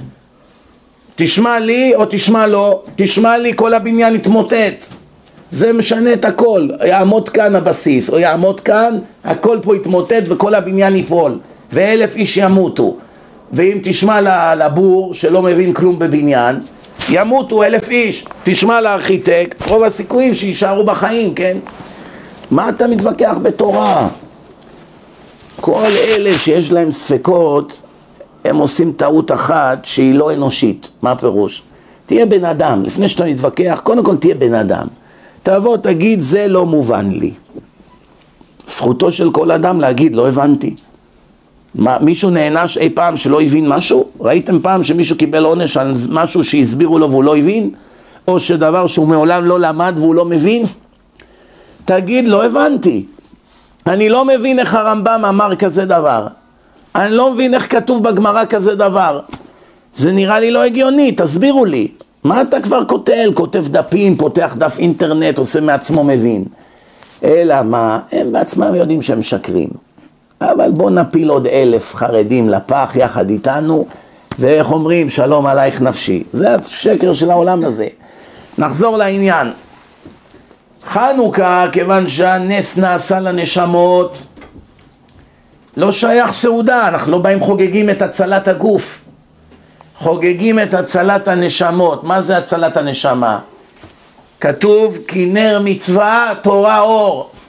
תשמע לי או תשמע לו, תשמע לי כל הבניין יתמוטט. זה משנה את הכל, יעמוד כאן הבסיס או יעמוד כאן, הכל פה יתמוטט וכל הבניין ייפול ו1,000 איש ימותו. ואם תשמע לבור שלא מבין כלום בבניין, ימותו 1,000 איש. תשמע לארכיטקט, רוב הסיכויים שישארו בחיים, כן? מה אתה מתווכח בתורה? כל אלה שיש להם ספקות, הם עושים טעות אחת שהיא לא אנושית. מה הפירוש? תהיה בן אדם, לפני שאתה מתווכח, קודם כל תהיה בן אדם. תבוא, תגיד, זה לא מובן לי. זכותו של כל אדם להגיד, לא הבנתי. מה, מישהו נענש אי פעם שלא הבין משהו? ראיתם פעם שמישהו קיבל עונש על משהו שהסבירו לו והוא לא הבין? או שדבר שהוא מעולם לא למד והוא לא מבין? תגיד, לא הבנתי. אני לא מבין איך הרמב"ם אמר כזה דבר. אני לא מבין איך כתוב בגמרא כזה דבר. זה נראה לי לא הגיוני, תסבירו לי. מה אתה כבר כותב דפים, פותח דף אינטרנט, עושה מעצמו מבין. אלא מה? הם בעצמם יודעים שהם שקרים. אבל בוא נפיל עוד 1,000 חרדים לפח יחד איתנו, ואיך אומרים, שלום עלייך נפשי. זה השקר של העולם הזה. נחזור לעניין. חנוכה, כיוון שהנס נעשה לנשמות, לא שייך סעודה, אנחנו לא באים חוגגים את הצלת הגוף. חוגגים את הצלת הנשמות. מה זה הצלת הנשמה? כתוב כי נר מצווה תורה אור.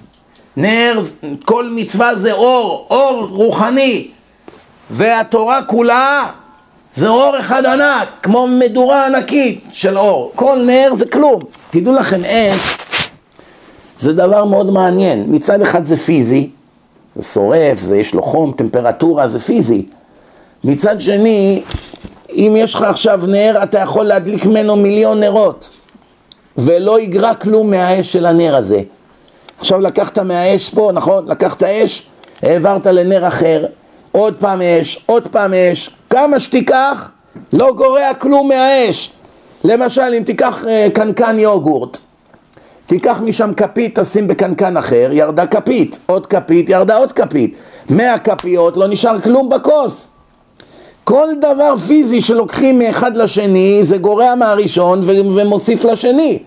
נר, כל מצווה זה אור, אור רוחני, והתורה כולה זה אור אחד ענק, כמו מדורה ענקית של אור. כל נר זה כלום. תדעו לכם, אש זה דבר מאוד מעניין. מצד אחד זה פיזי, זה שורף, זה יש לו חום, טמפרטורה, זה פיזי. מצד שני, אם יש לך עכשיו נר, אתה יכול להדליק ממנו מיליון נרות, ולא יגרע כלום מהאש של הנר הזה. עכשיו לקחת מהאש פה, נכון? לקחת אש, העברת לנר אחר, עוד פעם אש, עוד פעם אש, כמה שתיקח, לא גורע כלום מהאש. למשל, אם תיקח קנקן יוגורט, תיקח משם כפית, תשים בקנקן אחר, ירדה כפית, עוד כפית, ירדה עוד כפית. 100 כפיות, לא נשאר כלום בכוס. כל דבר פיזי שלוקחים מאחד לשני, זה גורע מהראשון ומוסיף לשני.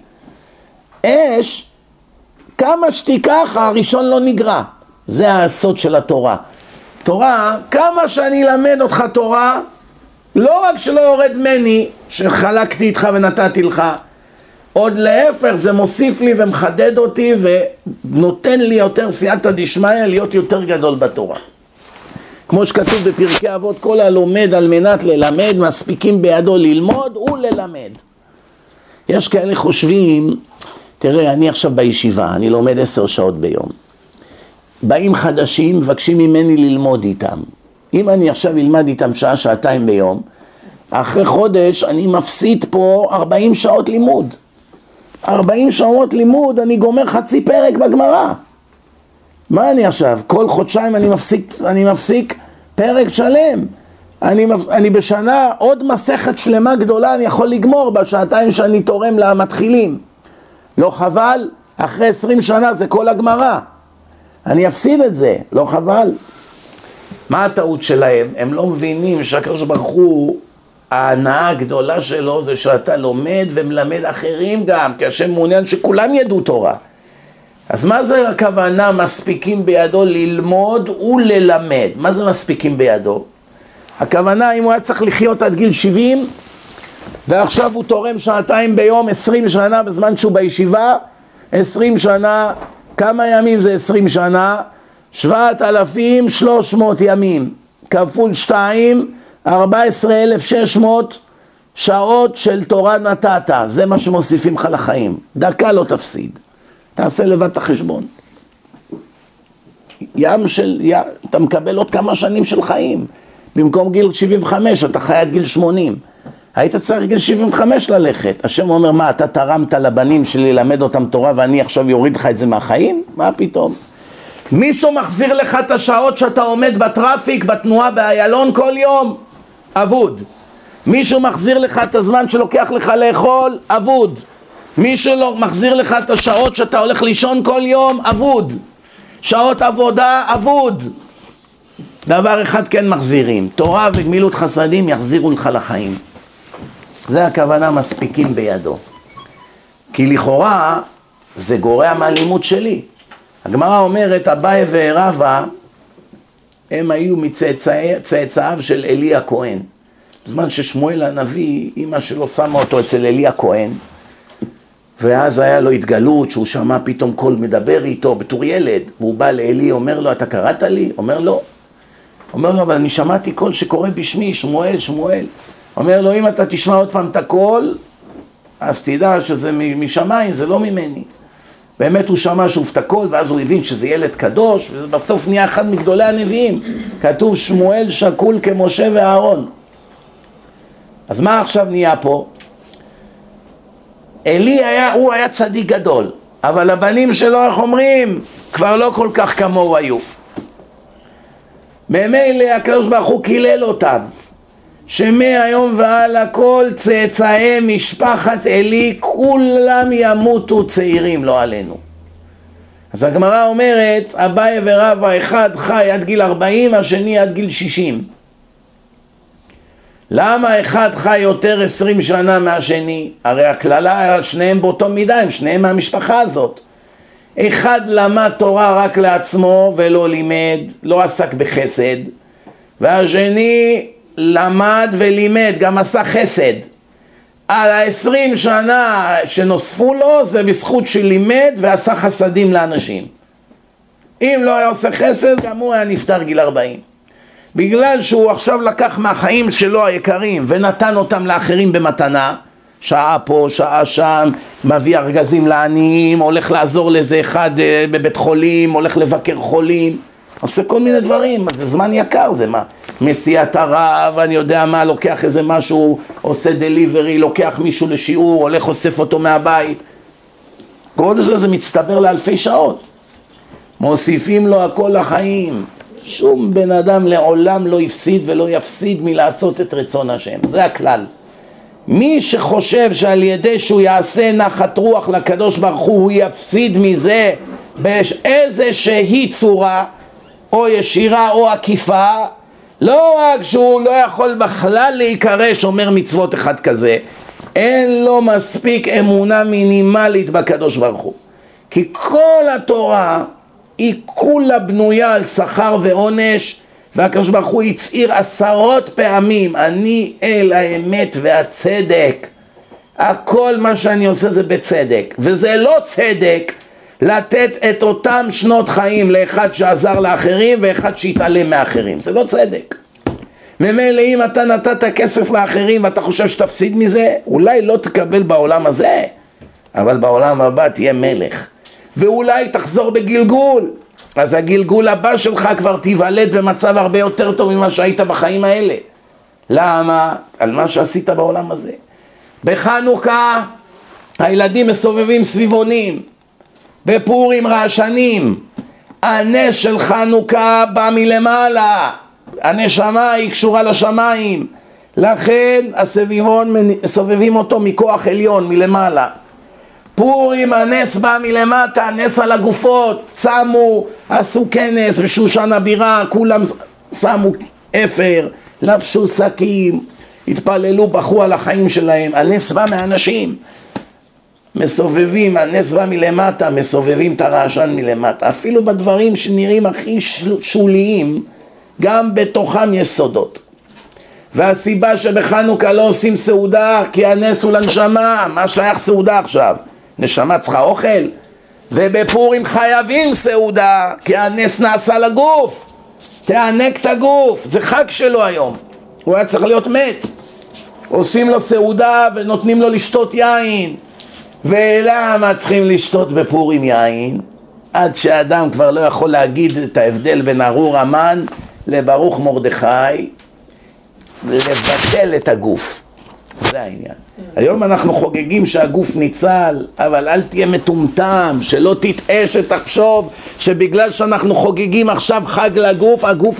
אש, כמה שתיקח, הראשון לא נגרע. זה הסוד של התורה. תורה, כמה שאני אלמד אותך תורה, לא רק שלא יורד מני, שחלקתי איתך ונתתי לך, עוד להפך, זה מוסיף לי ומחדד אותי ונותן לי יותר סייעתא דשמיא להיות יותר גדול בתורה. כמו שכתוב בפרקי אבות, כל הלומד על מנת ללמד, מספיקים בידו ללמוד וללמד. יש כאלה חושבים, תראה, אני עכשיו בישיבה, אני לומד 10 שעות ביום. באים חדשים, מבקשים ממני ללמוד איתם. אם אני עכשיו אלמד איתם שעה, שעתיים ביום, אחרי חודש אני מפסיד פה 40 שעות לימוד. 40 שעות לימוד, אני גומר חצי פרק בגמרא. מה אני עכשיו? כל חודשיים אני מפסיק פרק שלם. אני בשנה עוד מסכת שלמה גדולה אני יכול לגמור בשעתיים שאני תורם למתחילים. לא חבל? אחרי 20 שנה זה כל הגמרא. אני אפסיד את זה, לא חבל. מה הטעות שלהם? הם לא מבינים שהקדוש ברוך הוא, ההנאה הגדולה שלו זה שאתה לומד ומלמד אחרים גם, כי השם מעוניין שכולם ידעו תורה. אז מה זה הכוונה מספיקים בידו ללמוד וללמד? מה זה מספיקים בידו? הכוונה אם הוא היה צריך לחיות עד גיל 70 ועכשיו הוא תורם שעתיים ביום 20 שנה בזמן שהוא בישיבה, 20 שנה, כמה ימים זה 20 שנה? 7,300 ימים כפול 2, 14,600 שעות של תורה נתת. זה מה שמוסיפים לך לחיים. דקה לא תפסיד. תעשה לבד את החשבון. אתה מקבל עוד כמה שנים של חיים. במקום גיל 75 אתה חי עד גיל 80. היית צריך גיל 75 ללכת. השם אומר, מה, אתה תרמת לבנים שלי ללמד אותם תורה ואני עכשיו יוריד לך את זה מהחיים? מה פתאום? מישהו מחזיר לך את השעות שאתה עומד בטראפיק, בתנועה באיילון כל יום? אבוד. מישהו מחזיר לך את הזמן שלוקח לך לאכול? אבוד. מישהו לא מחזיר לך את השעות שאתה הולך לישון כל יום? אבוד. שעות עבודה? אבוד. דבר אחד כן מחזירים, תורה וגמילות חסדים יחזירו לך לחיים. זה הכוונה מספיקים בידו. כי לכאורה זה גורע מהלימוד שלי. הגמרא אומרת, אביי ורבא הם היו מצאצאיו של אלי הכהן. בזמן ששמואל הנביא, אמא שלו שמה אותו אצל אלי הכהן, ואז היה לו התגלות שהוא שמע פתאום קול מדבר איתו בתור ילד, והוא בא לאלי, אומר לו, אתה קראת לי? אומר לו, אבל אני שמעתי קול שקורא בשמי, שמואל, שמואל. אומר לו, אם אתה תשמע עוד פעם את הקול, אז תדע שזה משמיים, זה לא ממני. באמת הוא שמע שוב את הקול, ואז הוא הבין שזה ילד קדוש, ובסוף נהיה אחד מגדולי הנביאים. כתוב שמואל שקול כמשה ואהרון. אז מה עכשיו נהיה פה? אלי הוא היה צדיק גדול, אבל הבנים שלו, איך אומרים, כבר לא כל כך כמוהו היו. ממילא הקדוש ברוך הוא קילל אותם, שמהיום והלאה כל צאצאי משפחת אלי כולם ימותו צעירים, לא עלינו. אז הגמרא אומרת, אביי ורבא אחד חי עד גיל 40, השני עד גיל 60. למה אחד חי יותר 20 שנה מהשני? הרי הכללה, שניהם באותו מידה, הם שניהם מהמשפחה הזאת. אחד למד תורה רק לעצמו ולא לימד, לא עסק בחסד, והשני למד ולימד, גם עשה חסד. על 20 שנה שנוספו לו זה בזכות שלימד ועשה חסדים לאנשים. אם לא היה עושה חסד, גם הוא היה נפטר גיל 40. בגלל שהוא עכשיו לקח מהחיים שלו היקרים ונתן אותם לאחרים במתנה, שעה פה, שעה שם, מביא ארגזים לעניים, הולך לעזור לזה אחד בבית חולים, הולך לבקר חולים, עושה כל מיני דברים. אז זה זמן יקר, זה מה? מסיע את הרב, אני יודע מה, לוקח איזה משהו, עושה דליברי, לוקח מישהו לשיעור, הולך אוסף אותו מהבית. כל זה מצטבר לאלפי שעות. מוסיפים לו הכל לחיים. שום בן אדם לעולם לא יפסיד ולא יפסיד מלעשות את רצון השם. זה הכלל. מי שחושב שעל ידי שהוא יעשה נחת רוח לקדוש ברוך הוא יפסיד מזה באיזושהי צורה, או ישירה או עקיפה, לא רק שהוא לא יכול בכלל להיקרא שומר מצוות אחד כזה, אין לו מספיק אמונה מינימלית בקדוש ברוך הוא. כי כל התורה היא כולה בנויה על שכר ועונש, והקדוש ברוך הוא הצהיר עשרות פעמים, אני אל האמת והצדק. הכל מה שאני עושה זה בצדק, וזה לא צדק לתת את אותם שנות חיים לאחד שעזר לאחרים ואחד שהתעלם מאחרים, זה לא צדק. ממילא אם אתה נתת כסף לאחרים ואתה חושב שתפסיד מזה, אולי לא תקבל בעולם הזה, אבל בעולם הבא תהיה מלך, ואולי תחזור בגלגול, אז הגלגול הבא שלך כבר תיוולד במצב הרבה יותר טוב ממה שהיית בחיים האלה. למה? על מה שעשית בעולם הזה. בחנוכה הילדים מסובבים סביבונים, בפורים רעשנים. הנס של חנוכה בא מלמעלה, הנשמה היא קשורה לשמיים, לכן הסביבון סובבים אותו מכוח עליון מלמעלה. פורים הנס בא מלמטה, הנס על הגופות, צמו, עשו כנס בשושן הבירה, כולם שמו אפר, לבשו שקים, התפללו, בחו על החיים שלהם. הנס בא מהאנשים, מסובבים, הנס בא מלמטה, מסובבים את הרעשן מלמטה. אפילו בדברים שנראים הכי שוליים, גם בתוכם יש סודות. והסיבה שבחנוכה לא עושים סעודה, כי הנס הוא לנשמה. מה שייך סעודה עכשיו? נשמה צריכה אוכל. ובפורים חייבים סעודה, כי הנס נעשה לגוף, תענק את הגוף, זה חג שלו היום, הוא היה צריך להיות מת. עושים לו סעודה ונותנים לו לשתות יין. ולמה צריכים לשתות בפורים יין? עד שאדם כבר לא יכול להגיד את ההבדל בין ארור המן לברוך מרדכי, לבטל את הגוף. זה העניין. היום אנחנו חוגגים שהגוף ניצל, אבל אל תהיה מטומטם, שלא תטעה שתחשוב שבגלל שאנחנו חוגגים עכשיו חג לגוף, הגוף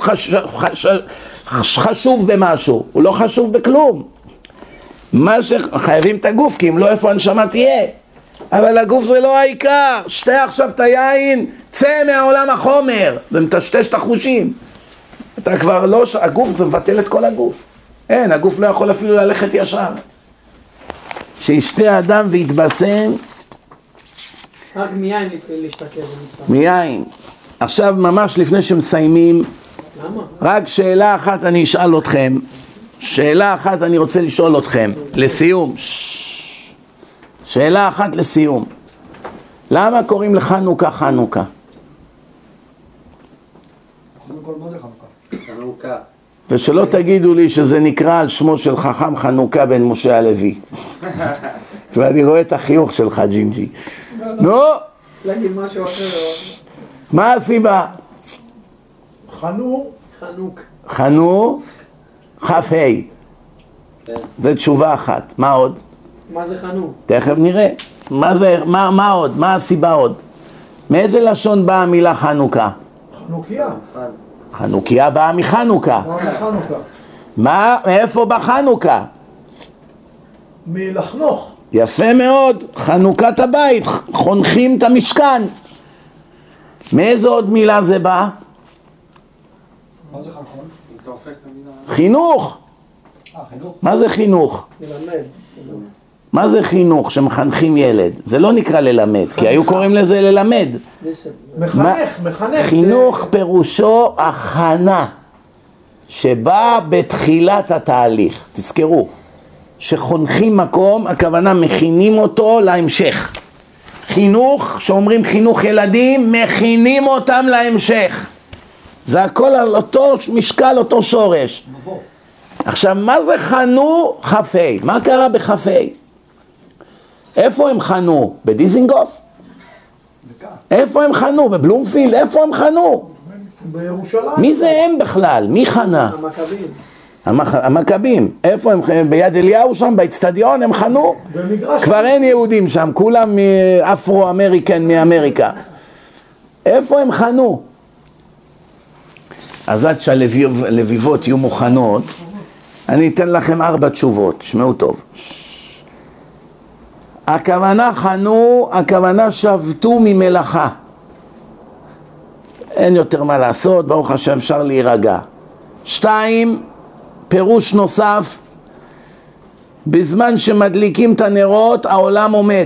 חשוב במשהו. הוא לא חשוב בכלום. מה שחייבים את הגוף, כי אם לא, איפה הנשמה תהיה? אבל הגוף זה לא העיקר. שתה עכשיו את היין, צא מהעולם החומר, זה מטשטש את החושים. אתה כבר לא, הגוף זה מבטל את כל הגוף. אין, הגוף לא יכול אפילו ללכת ישר. שישתה אדם ויתבשם רק מיין להשתכר במצווה. מיין. עכשיו ממש לפני שמסיימים, למה? רק שאלה אחת אני אשאל אתכם. שאלה אחת אני רוצה לשאול אתכם לסיום. שאלה אחת לסיום. למה קוראים לחנוכה חנוכה? קודם כל, מה זה חנוכה? חנוכה. ושלא תגידו לי שזה נקרא על שמו של חכם חנוכה בן משה הלוי. ואני רואה את החיוך שלך, ג'ינג'י. נו, להגיד משהו אחר. מה הסיבה? חנוך. חנו כ"ה. זה תשובה אחת. מה עוד? מה זה חנוך? תכף נראה. מה עוד? מה הסיבה עוד? מאיזה לשון באה המילה חנוכה? חנוכיה. חנוכיה באה מחנוכה. מאיפה בא חנוכה? מלחנוך. יפה מאוד, חנוכת הבית, חונכים את המשכן. מאיזה עוד מילה זה בא? מה זה חנכון? חינוך. חינוך. מה זה חינוך? ללמד. מה זה חינוך שמחנכים ילד? זה לא נקרא ללמד, כי היו קוראים לזה ללמד. מחנך. חינוך פירושו הכנה שבאה בתחילת התהליך. תזכרו, שחונכים מקום, הכוונה מכינים אותו להמשך. חינוך, שאומרים חינוך ילדים, מכינים אותם להמשך. זה הכל על אותו משקל, אותו שורש. עכשיו, מה זה חנו חפי? מה קרה בחפי? איפה הם חנו? בדיזינגוף? איפה הם חנו? בבלומפילד? איפה הם חנו? בירושלים. מי זה הם בכלל? מי חנה? המכבים. המכבים. איפה הם? ביד אליהו שם, באצטדיון הם חנו? במגרש. כבר אין יהודים שם, כולם אפרו-אמריקן מאמריקה. איפה הם חנו? אז עד שהלביבות יהיו מוכנות, אני אתן לכם 4 תשובות, תשמעו טוב. הכוונה חנו, הכוונה שבתו ממלאכה. אין יותר מה לעשות, ברוך השם אפשר להירגע. 2, פירוש נוסף, בזמן שמדליקים את הנרות העולם עומד.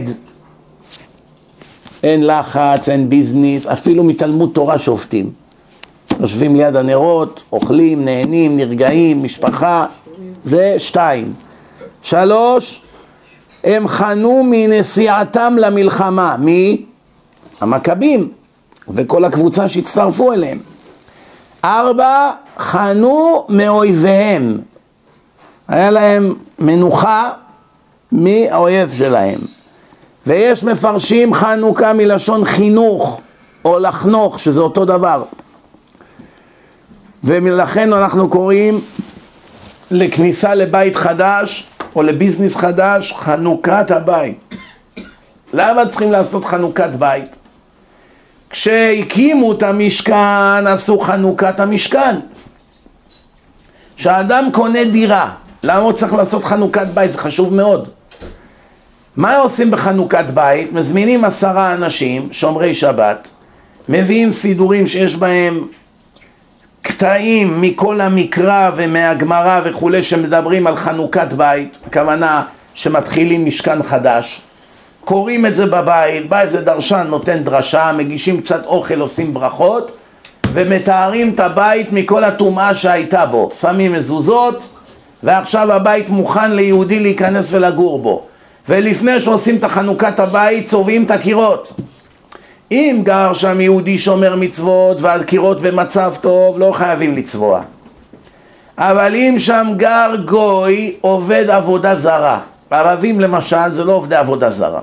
אין לחץ, אין ביזנס, אפילו מתלמוד תורה שופטים. יושבים ליד הנרות, אוכלים, נהנים, נרגעים, משפחה. זה 2. 3, הם חנו מנסיעתם למלחמה. מי? המכבים וכל הקבוצה שהצטרפו אליהם. 4, חנו מאויביהם. היה להם מנוחה מהאויב שלהם. ויש מפרשים חנוכה מלשון חינוך או לחנוך, שזה אותו דבר. ולכן אנחנו קוראים לכניסה לבית חדש או לביזנס חדש חנוכת הבית. למה צריכים לעשות חנוכת בית? כשהקימו את המשכן עשו חנוכת המשכן. כשאדם קונה דירה, למה הוא צריך לעשות חנוכת בית? זה חשוב מאוד. מה עושים בחנוכת בית? מזמינים 10 אנשים שומרי שבת, מביאים סידורים שיש בהם קטעים מכל המקרא ומהגמרא וכולי שמדברים על חנוכת בית, הכוונה שמתחילים משכן חדש, קוראים את זה בבית, בא איזה דרשן נותן דרשה, מגישים קצת אוכל, עושים ברכות ומתארים את הבית מכל הטומאה שהייתה בו, שמים מזוזות ועכשיו הבית מוכן ליהודי להיכנס ולגור בו. ולפני שעושים את חנוכת הבית צובעים את הקירות. אם גר שם יהודי שומר מצוות והקירות במצב טוב, לא חייבים לצבוע. אבל אם שם גר גוי עובד עבודה זרה, ערבים למשל זה לא עובדי עבודה זרה.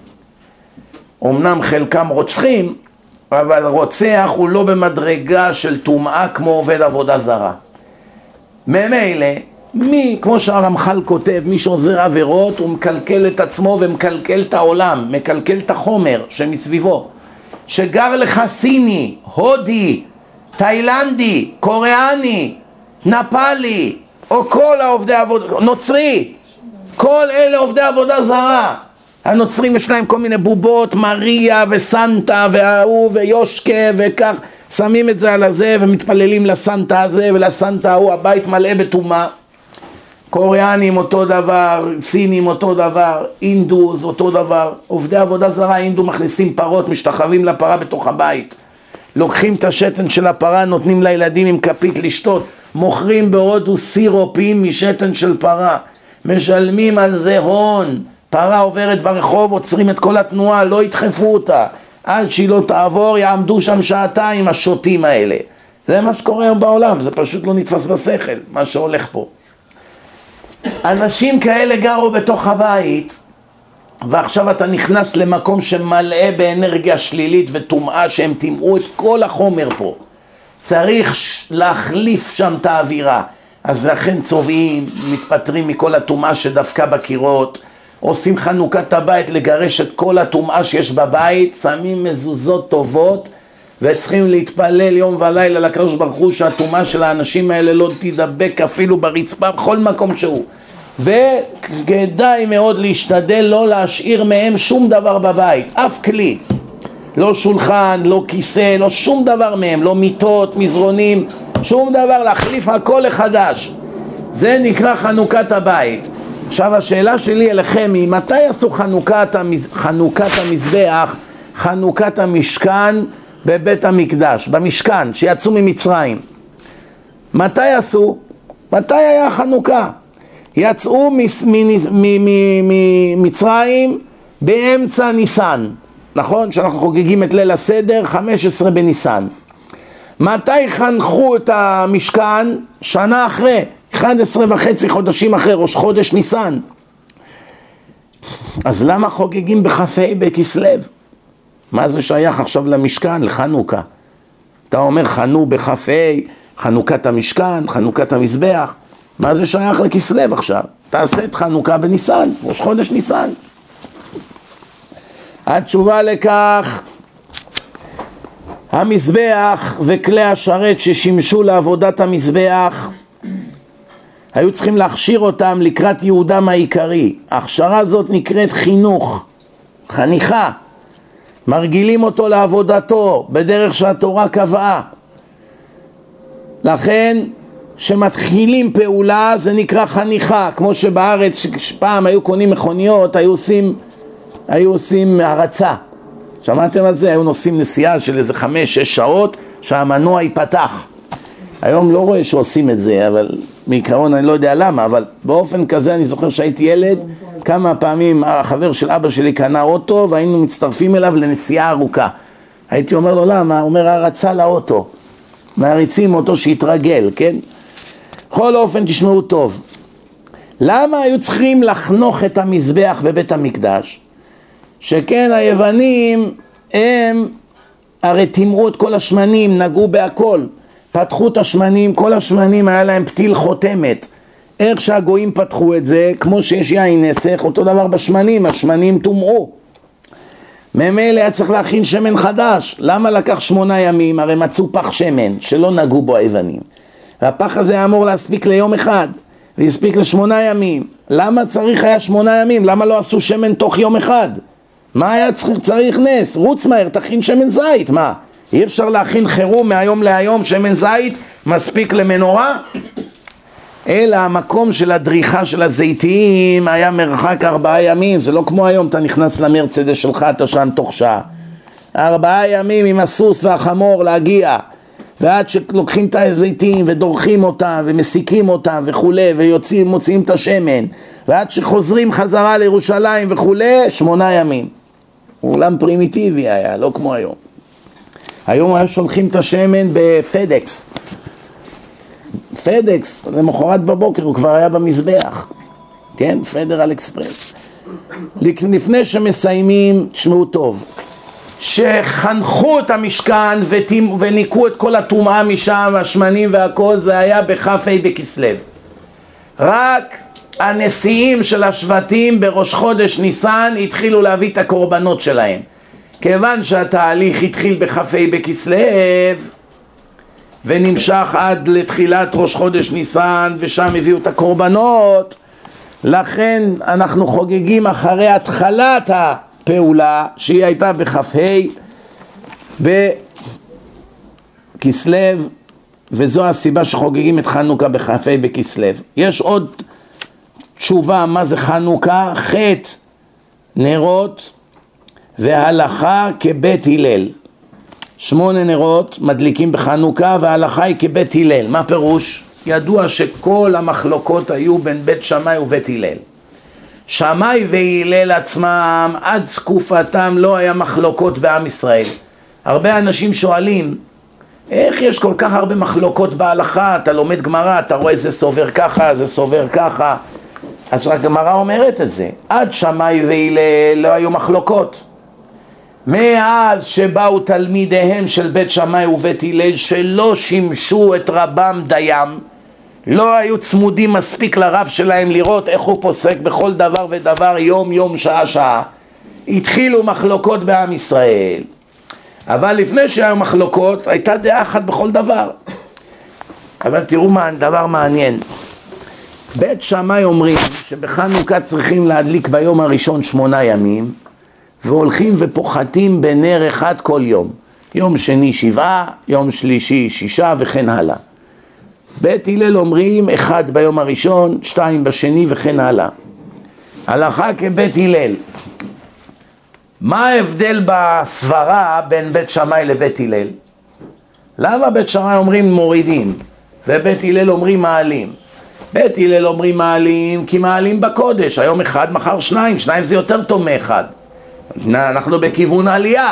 אמנם חלקם רוצחים, אבל רוצח הוא לא במדרגה של טומאה כמו עובד עבודה זרה. ממילא, כמו שהרמח"ל כותב, מי שעוזר עבירות הוא מקלקל את עצמו ומקלקל את העולם, מקלקל את החומר שמסביבו. שגר לך סיני, הודי, תאילנדי, קוריאני, נפאלי, או כל העובדי עבודה, נוצרי, כל אלה עובדי עבודה זרה. הנוצרים יש להם כל מיני בובות, מריה וסנטה וההוא ויושקה וכך, שמים את זה על הזה ומתפללים לסנטה הזה ולסנטה ההוא, הבית מלא בטומאה. קוריאנים אותו דבר, סינים אותו דבר, אינדוס אותו דבר. עובדי עבודה זרה, אינדו מכניסים פרות, משתחווים לפרה בתוך הבית, לוקחים את השתן של הפרה, נותנים לילדים עם כפית לשתות, מוכרים בהודו סירופים משתן של פרה, משלמים על זה הון. פרה עוברת ברחוב, עוצרים את כל התנועה, לא ידחפו אותה עד שהיא לא תעבור, יעמדו שם 2 שעתיים השוטים האלה. זה מה שקורה היום בעולם, זה פשוט לא נתפס בשכל מה שהולך פה. אנשים כאלה גרו בתוך הבית, ועכשיו אתה נכנס למקום שמלא באנרגיה שלילית וטומאה, שהם טימאו את כל החומר פה. צריך להחליף שם את האווירה. אז לכן צובעים, מתפטרים מכל הטומאה שדווקא בקירות, עושים חנוכת הבית לגרש את כל הטומאה שיש בבית, שמים מזוזות טובות, וצריכים להתפלל יום ולילה לקדוש ברוך הוא שהטומאה של האנשים האלה לא תדבק אפילו ברצפה בכל מקום שהוא. וכדאי מאוד להשתדל לא להשאיר מהם שום דבר בבית, אף כלי, לא שולחן, לא כיסא, לא שום דבר מהם, לא מיטות, מזרונים, שום דבר, להחליף הכל לחדש. זה נקרא חנוכת הבית. עכשיו השאלה שלי אליכם היא, מתי עשו חנוכת המזבח, חנוכת המשכן בבית המקדש, במשכן שיצאו ממצרים? מתי עשו? מתי היה חנוכה? יצאו ממצרים באמצע ניסן. נכון? שאנחנו חוגגים את ליל הסדר, 15 בניסן. מתי חנכו את המשכן? שנה אחרי, 11.5 חודשים אחרי, ראש חודש ניסן. אז למה חוגגים בכ"ה בכסלו? מה זה שייך עכשיו למשכן, לחנוכה? אתה אומר חנו בכ"ה, חנוכת המשכן, חנוכת המזבח. מה זה שייך לכסלו עכשיו? תעשה את חנוכה בניסן, ראש חודש ניסן. התשובה לכך, המזבח וכלי השרת ששימשו לעבודת המזבח, היו צריכים להכשיר אותם לקראת ייעודם העיקרי. ההכשרה הזאת נקראת חינוך, חניכה. מרגילים אותו לעבודתו בדרך שהתורה קבעה. לכן שמתחילים פעולה זה נקרא חניכה, כמו שבארץ פעם היו קונים מכוניות, היו עושים הרצה. שמעתם על זה? היו נוסעים נסיעה של איזה 5-6 שעות שהמנוע ייפתח. היום לא רואה שעושים את זה, אבל בעיקרון אני לא יודע למה, אבל באופן כזה אני זוכר שהייתי ילד, כמה פעמים החבר של אבא שלי קנה אוטו והיינו מצטרפים אליו לנסיעה ארוכה. הייתי אומר לו למה? אומר הרצה לאוטו, מעריצים אותו שיתרגל, כן? בכל אופן תשמעו טוב, למה היו צריכים לחנוך את המזבח בבית המקדש? שכן היוונים הם הרי תימרו את כל השמנים, נגעו בהכל, פתחו את השמנים, כל השמנים היה להם פתיל חותמת. איך שהגויים פתחו את זה, כמו שיש יין נסך, אותו דבר בשמנים, השמנים תומרו. ממילא היה צריך להכין שמן חדש. למה לקח 8 ימים? הרי מצאו פח שמן שלא נגעו בו היוונים. והפח הזה היה אמור להספיק ליום אחד, והספיק ל8 ימים. למה צריך היה 8 ימים? למה לא עשו שמן תוך יום אחד? מה היה צריך נס? רוץ מהר, תכין שמן זית, מה? אי אפשר להכין חירום מהיום להיום, שמן זית מספיק למנורה? אלא המקום של הדריכה של הזיתים היה מרחק 4 ימים, זה לא כמו היום, אתה נכנס למרצדס שלך, אתה שם תוך שעה. 4 ימים עם הסוס והחמור להגיע, ועד שלוקחים את הזיתים ודורכים אותם ומסיקים אותם וכולי, ומוציאים את השמן, ועד שחוזרים חזרה לירושלים וכולי, 8 ימים. עולם פרימיטיבי היה, לא כמו היום. היום היו שולחים את השמן בפדקס. פדקס, למחרת בבוקר הוא כבר היה במזבח. כן? פדרל אקספרס. לפני שמסיימים, תשמעו טוב. שחנכו את המשכן וניקו את כל הטומאה משם, השמנים והכל, זה היה בכ"ה בכסלו. רק הנשיאים של השבטים בראש חודש ניסן התחילו להביא את הקורבנות שלהם. כיוון שהתהליך התחיל בכ"ה בכסלו ונמשך עד לתחילת ראש חודש ניסן ושם הביאו את הקורבנות, לכן אנחנו חוגגים אחרי התחלת הפעולה שהיא הייתה בכ"ה בכסלו, וזו הסיבה שחוגגים את חנוכה בכ"ה בכסלו. יש עוד תשובה מה זה חנוכה, חטא נרות והלכה כבית הלל. 8 נרות מדליקים בחנוכה וההלכה היא כבית הלל. מה פירוש? ידוע שכל המחלוקות היו בין בית שמאי ובית הלל. שמאי והלל עצמם עד תקופתם לא היה מחלוקות בעם ישראל. הרבה אנשים שואלים איך יש כל כך הרבה מחלוקות בהלכה, אתה לומד גמרא, אתה רואה זה סובר ככה, זה סובר ככה. אז הגמרא אומרת את זה, עד שמאי והלל לא היו מחלוקות. מאז שבאו תלמידיהם של בית שמאי ובית הלל שלא שימשו את רבם דיין, לא היו צמודים מספיק לרב שלהם לראות איך הוא פוסק בכל דבר ודבר, יום יום שעה שעה, התחילו מחלוקות בעם ישראל. אבל לפני שהיו מחלוקות הייתה דעה אחת בכל דבר. אבל תראו דבר מעניין, בית שמאי אומרים שבחנוכה צריכים להדליק ביום הראשון 8 ימים, והולכים ופוחתים בנר אחד כל יום. יום שני 7, יום שלישי 6 וכן הלאה. בית הלל אומרים 1 ביום הראשון, 2 בשני וכן הלאה. הלכה כבית הלל. מה ההבדל בסברה בין בית שמאי לבית הלל? למה בית שמאי אומרים מורידים ובית הלל אומרים מעלים? בית הלל אומרים מעלים כי מעלים בקודש, היום 1 מחר 2, 2 זה יותר טוב מ1. אנחנו בכיוון עלייה.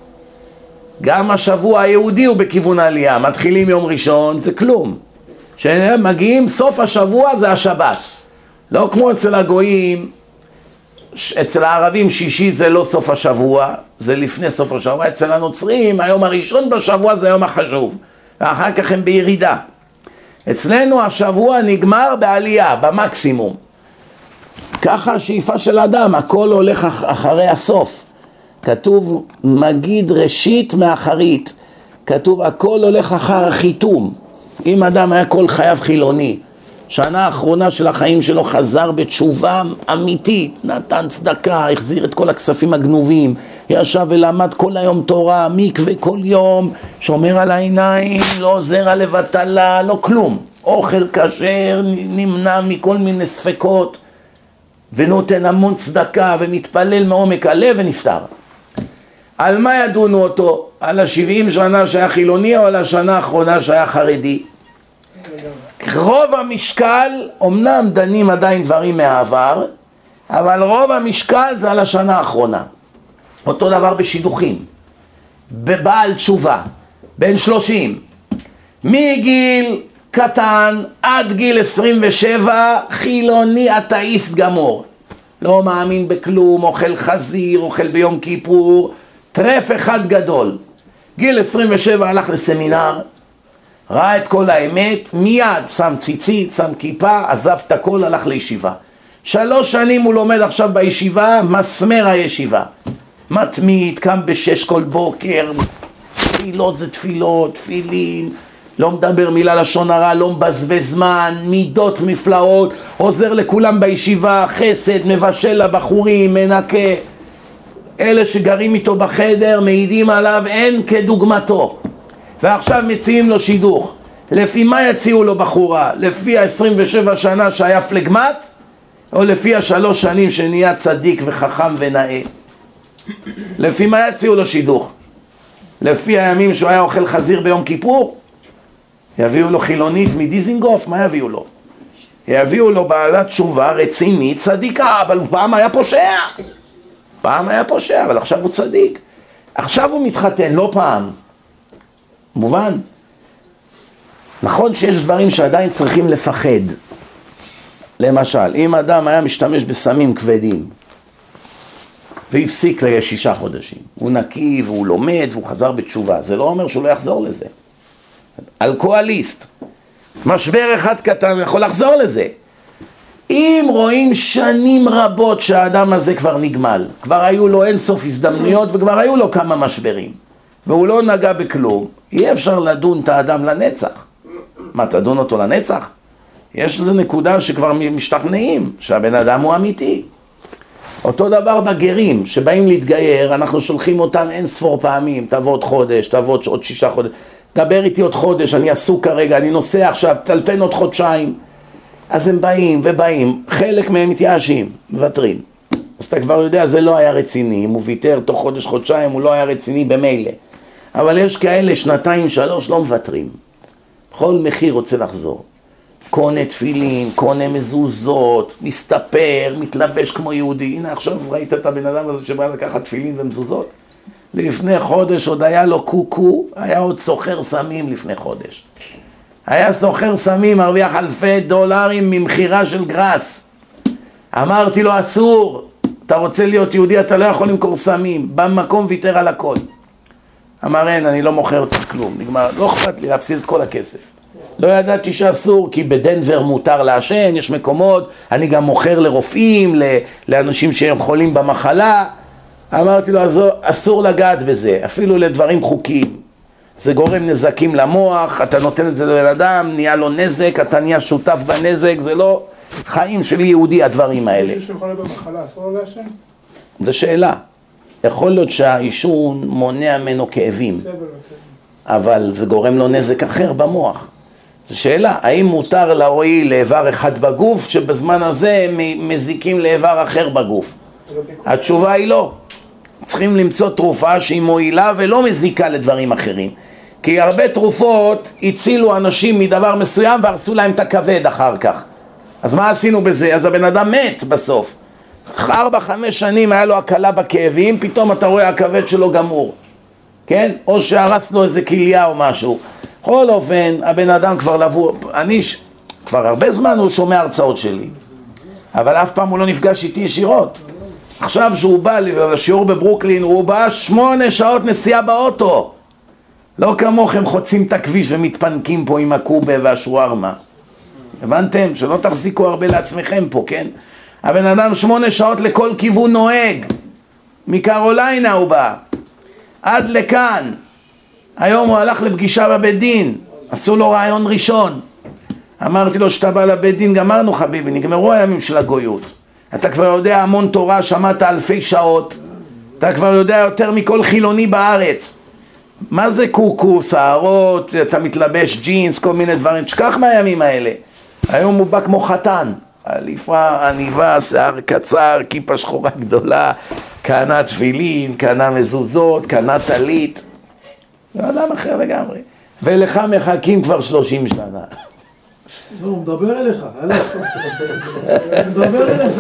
גם השבוע היהודי הוא בכיוון עלייה. מתחילים יום ראשון, זה כלום. שמגיעים, סוף השבוע זה השבת. לא כמו אצל הגויים, אצל הערבים שישי זה לא סוף השבוע, זה לפני סוף השבוע. אצל הנוצרים, היום הראשון בשבוע זה היום החשוב. ואחר כך הם בירידה. אצלנו השבוע נגמר בעלייה, במקסימום. ככה השאיפה של אדם, הכל הולך אחרי הסוף. כתוב מגיד ראשית מאחרית. כתוב הכל הולך אחר החיתום. אם אדם היה כל חייו חילוני, שנה האחרונה של החיים שלו חזר בתשובה אמיתית, נתן צדקה, החזיר את כל הכספים הגנובים, ישב ולמד כל היום תורה, מקווה כל יום, שומר על העיניים, לא עוזר על לבטלה, לא כלום. אוכל כשר, נמנע מכל מיני ספקות, ונותן המון צדקה ומתפלל מעומק הלב ונפטר. על מה ידונו אותו? על ה-70 שנה שהיה חילוני או על השנה האחרונה שהיה חרדי? רוב המשקל, אמנם דנים עדיין דברים מהעבר, אבל רוב המשקל זה על השנה האחרונה. אותו דבר בשידוכים, בבעל תשובה, בן 30, מגיל קטן עד גיל 27, חילוני אתאיסט גמור. לא מאמין בכלום, אוכל חזיר, אוכל ביום כיפור, טרף אחד גדול. גיל 27 הלך לסמינר, ראה את כל האמת, מיד שם ציצית, שם כיפה, עזב את הכל, הלך לישיבה. 3 שנים הוא לומד עכשיו בישיבה, מסמר הישיבה. מתמיד, קם ב6 כל בוקר, תפילות זה תפילות, תפילין, לא מדבר מילה לשון הרע, לא מבזבז זמן, מידות מפלאות, עוזר לכולם בישיבה, חסד, מבשל לבחורים, מנקה. אלה שגרים איתו בחדר מעידים עליו, אין כדוגמתו. ועכשיו מציעים לו שידוך. לפי מה יציעו לו בחורה? לפי ה-27 שנה שהיה פלגמט, או לפי ה3 שנים שנהיה צדיק וחכם ונאה? לפי מה יציעו לו שידוך? לפי הימים שהוא היה אוכל חזיר ביום כיפור? יביאו לו חילונית מדיזינגוף? מה יביאו לו? יביאו לו בעלת תשובה רצינית צדיקה, אבל פעם היה פושע. פעם היה פושע, אבל עכשיו הוא צדיק. עכשיו הוא מתחתן, לא פעם. מובן? נכון שיש דברים שעדיין צריכים לפחד. למשל, אם אדם היה משתמש בסמים כבדים והפסיק ל6 חודשים, הוא נקי והוא לומד והוא חזר בתשובה, זה לא אומר שהוא לא יחזור לזה. אלכוהוליסט, משבר אחד קטן יכול לחזור לזה. אם רואים שנים רבות שהאדם הזה כבר נגמל, כבר היו לו אין סוף הזדמנויות וכבר היו לו כמה משברים, והוא לא נגע בכלום, אי אפשר לדון את האדם לנצח. מה, תדון אותו לנצח? יש איזו נקודה שכבר משתכנעים שהבן אדם הוא אמיתי. אותו דבר בגרים שבאים להתגייר, אנחנו שולחים אותם אין ספור פעמים, תבוא עוד חודש, תבוא עוד 6 חודש, דבר איתי עוד חודש, אני עסוק כרגע, אני נוסע עכשיו, תלפן עוד חודשיים. אז הם באים ובאים, חלק מהם מתייאשים, מוותרים. אז אתה כבר יודע, זה לא היה רציני, אם הוא ויתר תוך חודש, חודשיים, הוא לא היה רציני במילא. אבל יש כאלה 2, 3 לא מוותרים. בכל מחיר רוצה לחזור. קונה תפילין, קונה מזוזות, מסתפר, מתלבש כמו יהודי. הנה עכשיו ראית את הבן אדם הזה שבא לקחת תפילין ומזוזות? לפני חודש עוד היה לו קוקו, היה עוד סוחר סמים לפני חודש. היה סוחר סמים, מרוויח $1,000 ממחירה של גרס. אמרתי לו, אסור, אתה רוצה להיות יהודי, אתה לא יכול למכור סמים. במקום ויתר על הכל. אמר, אין, אני לא מוכר את כלום, נגמר, לא אכפת לי להפסיד את כל הכסף. לא ידעתי שאסור, כי בדנבר מותר לעשן, יש מקומות, אני גם מוכר לרופאים, לאנשים שהם חולים במחלה. אמרתי לו, אסור לגעת בזה, אפילו לדברים חוקיים. זה גורם נזקים למוח, אתה נותן את זה לבן אדם, נהיה לו נזק, אתה נהיה שותף בנזק, זה לא חיים של יהודי הדברים האלה. מישהו שחולה במחלה, אסור לו לעשן? זו שאלה. יכול להיות שהעישון מונע ממנו כאבים, אבל זה גורם לו נזק אחר במוח. זו שאלה, האם מותר להועיל לאיבר אחד בגוף, שבזמן הזה מזיקים לאיבר אחר בגוף? התשובה היא לא. צריכים למצוא תרופה שהיא מועילה ולא מזיקה לדברים אחרים. כי הרבה תרופות הצילו אנשים מדבר מסוים והרסו להם את הכבד אחר כך. אז מה עשינו בזה? אז הבן אדם מת בסוף. 4-5 שנים היה לו הקלה בכאבים, פתאום אתה רואה הכבד שלו גמור, כן? או שהרס לו איזה כליה או משהו. בכל אופן, הבן אדם כבר לבוא, כבר הרבה זמן הוא שומע הרצאות שלי, אבל אף פעם הוא לא נפגש איתי ישירות. עכשיו שהוא בא לשיעור בברוקלין, הוא בא 8 שעות נסיעה באוטו. לא כמוכם חוצים את הכביש ומתפנקים פה עם הקובה והשוארמה. הבנתם? שלא תחזיקו הרבה לעצמכם פה, כן? הבן אדם 8 שעות לכל כיוון נוהג. מקרוליינה הוא בא עד לכאן. היום הוא הלך לפגישה בבית דין, עשו לו רעיון ראשון. אמרתי לו, שאתה בא לבית דין, גמרנו חביבי, נגמרו הימים של הגויות. אתה כבר יודע המון תורה, שמעת אלפי שעות, אתה כבר יודע יותר מכל חילוני בארץ. מה זה קוקו, שערות, אתה מתלבש ג'ינס, כל מיני דברים, תשכח מהימים האלה. היום הוא בא כמו חתן, עליפה, עניבה, שיער קצר, כיפה שחורה גדולה, כהנה תפילין, כהנה מזוזות, כהנה טלית. זה אדם אחר לגמרי. ולך מחכים כבר 30 שנה. לא, הוא מדבר אליך, הוא מדבר אליך.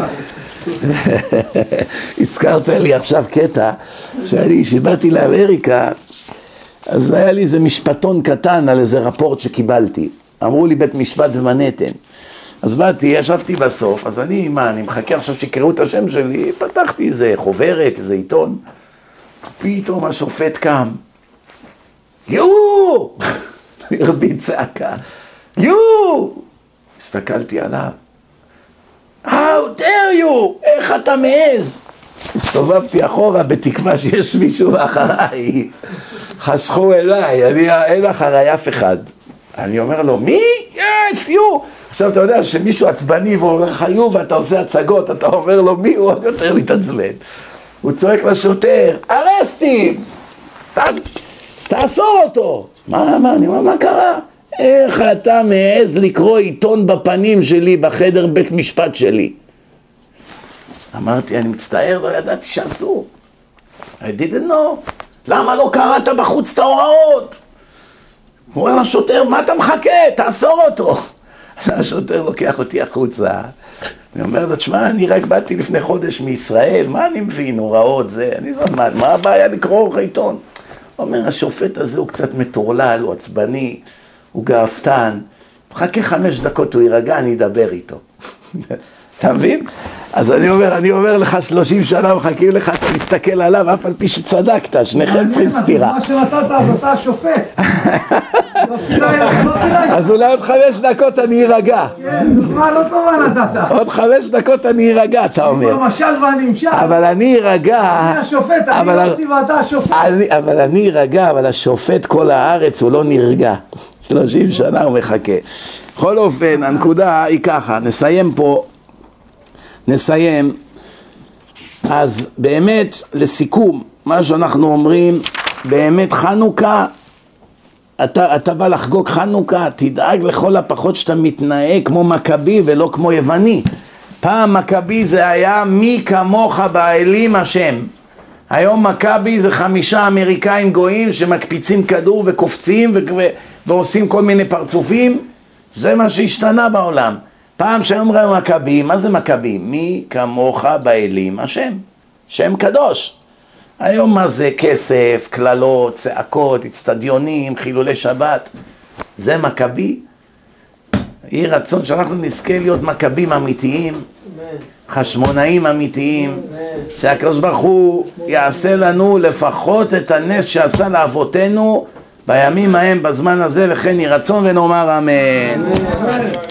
הזכרת לי עכשיו קטע, שבאתי לאמריקה, אז היה לי איזה משפטון קטן על איזה רפורט שקיבלתי. אמרו לי בית משפט במנהטן. אז באתי, ישבתי בסוף, אז אני מחכה עכשיו שיקראו את השם שלי, פתחתי איזה חוברת, איזה עיתון, פתאום השופט קם, יואו! הרביץ צעקה, יואו! הסתכלתי עליו, How dare you! איך אתה מעז? הסתובבתי אחורה בתקווה שיש מישהו אחריי, חשכו אליי, אין אחריי אף אחד. אני אומר לו, מי? Yes, you! עכשיו אתה יודע שמישהו עצבני ואומר לך יו ואתה עושה הצגות, אתה אומר לו מי? הוא עוד יותר מתעצבן. הוא צועק לשוטר, ארסטים! תאסור אותו! אני אומר, מה קרה? איך אתה מעז לקרוא עיתון בפנים שלי בחדר בית משפט שלי? אמרתי, אני מצטער, לא ידעתי שאסור. I didn't know. למה לא קראת בחוץ את ההוראות? הוא אומר לשוטר, מה אתה מחכה? תאסור אותו. השוטר לוקח אותי החוצה. אני אומר לו, תשמע, אני רק באתי לפני חודש מישראל, מה אני מבין, הוראות זה? אני לא יודע, מה הבעיה לקרוא עיתון? הוא אומר, השופט הזה הוא קצת מטורלל, הוא עצבני, הוא גאוותן. חכה 5 דקות, הוא יירגע, אני אדבר איתו. אתה מבין? אז אני אומר לך 30 שנה מחכים לך, אתה מסתכל עליו, אף על פי שצדקת, שניכם צריכים סתירה. מה שנתת, אז אתה השופט. אז אולי עוד 5 דקות אני יירגע. כן, דוגמה לא טובה נתת. עוד 5 דקות אני יירגע, אתה אומר. במשל והנמשל. אבל אני יירגע. אני השופט, אני יוסי ואתה השופט. אבל אני יירגע, אבל השופט כל הארץ הוא לא נרגע. 30 שנה הוא מחכה. בכל אופן, הנקודה היא ככה, נסיים, אז באמת לסיכום, מה שאנחנו אומרים, באמת חנוכה, אתה בא לחגוג חנוכה, תדאג לכל הפחות שאתה מתנהג כמו מכבי ולא כמו יווני. פעם מכבי זה היה מי כמוך באלים השם. היום מכבי זה 5 אמריקאים גויים שמקפיצים כדור וקופצים ועושים כל מיני פרצופים. זה מה שהשתנה בעולם. פעם שהיום ראו מכבי, מה זה מכבי? מי כמוך באלים השם, שם קדוש. היום מה זה? כסף, כללות, צעקות, אצטדיונים, חילולי שבת. זה מכבי? יהי רצון שאנחנו נזכה להיות מכבים אמיתיים, חשמונאים אמיתיים, שהקדוש ברוך הוא יעשה לנו לפחות את הנס שעשה לאבותינו בימים ההם בזמן הזה, וכן יהי רצון ונאמר אמן.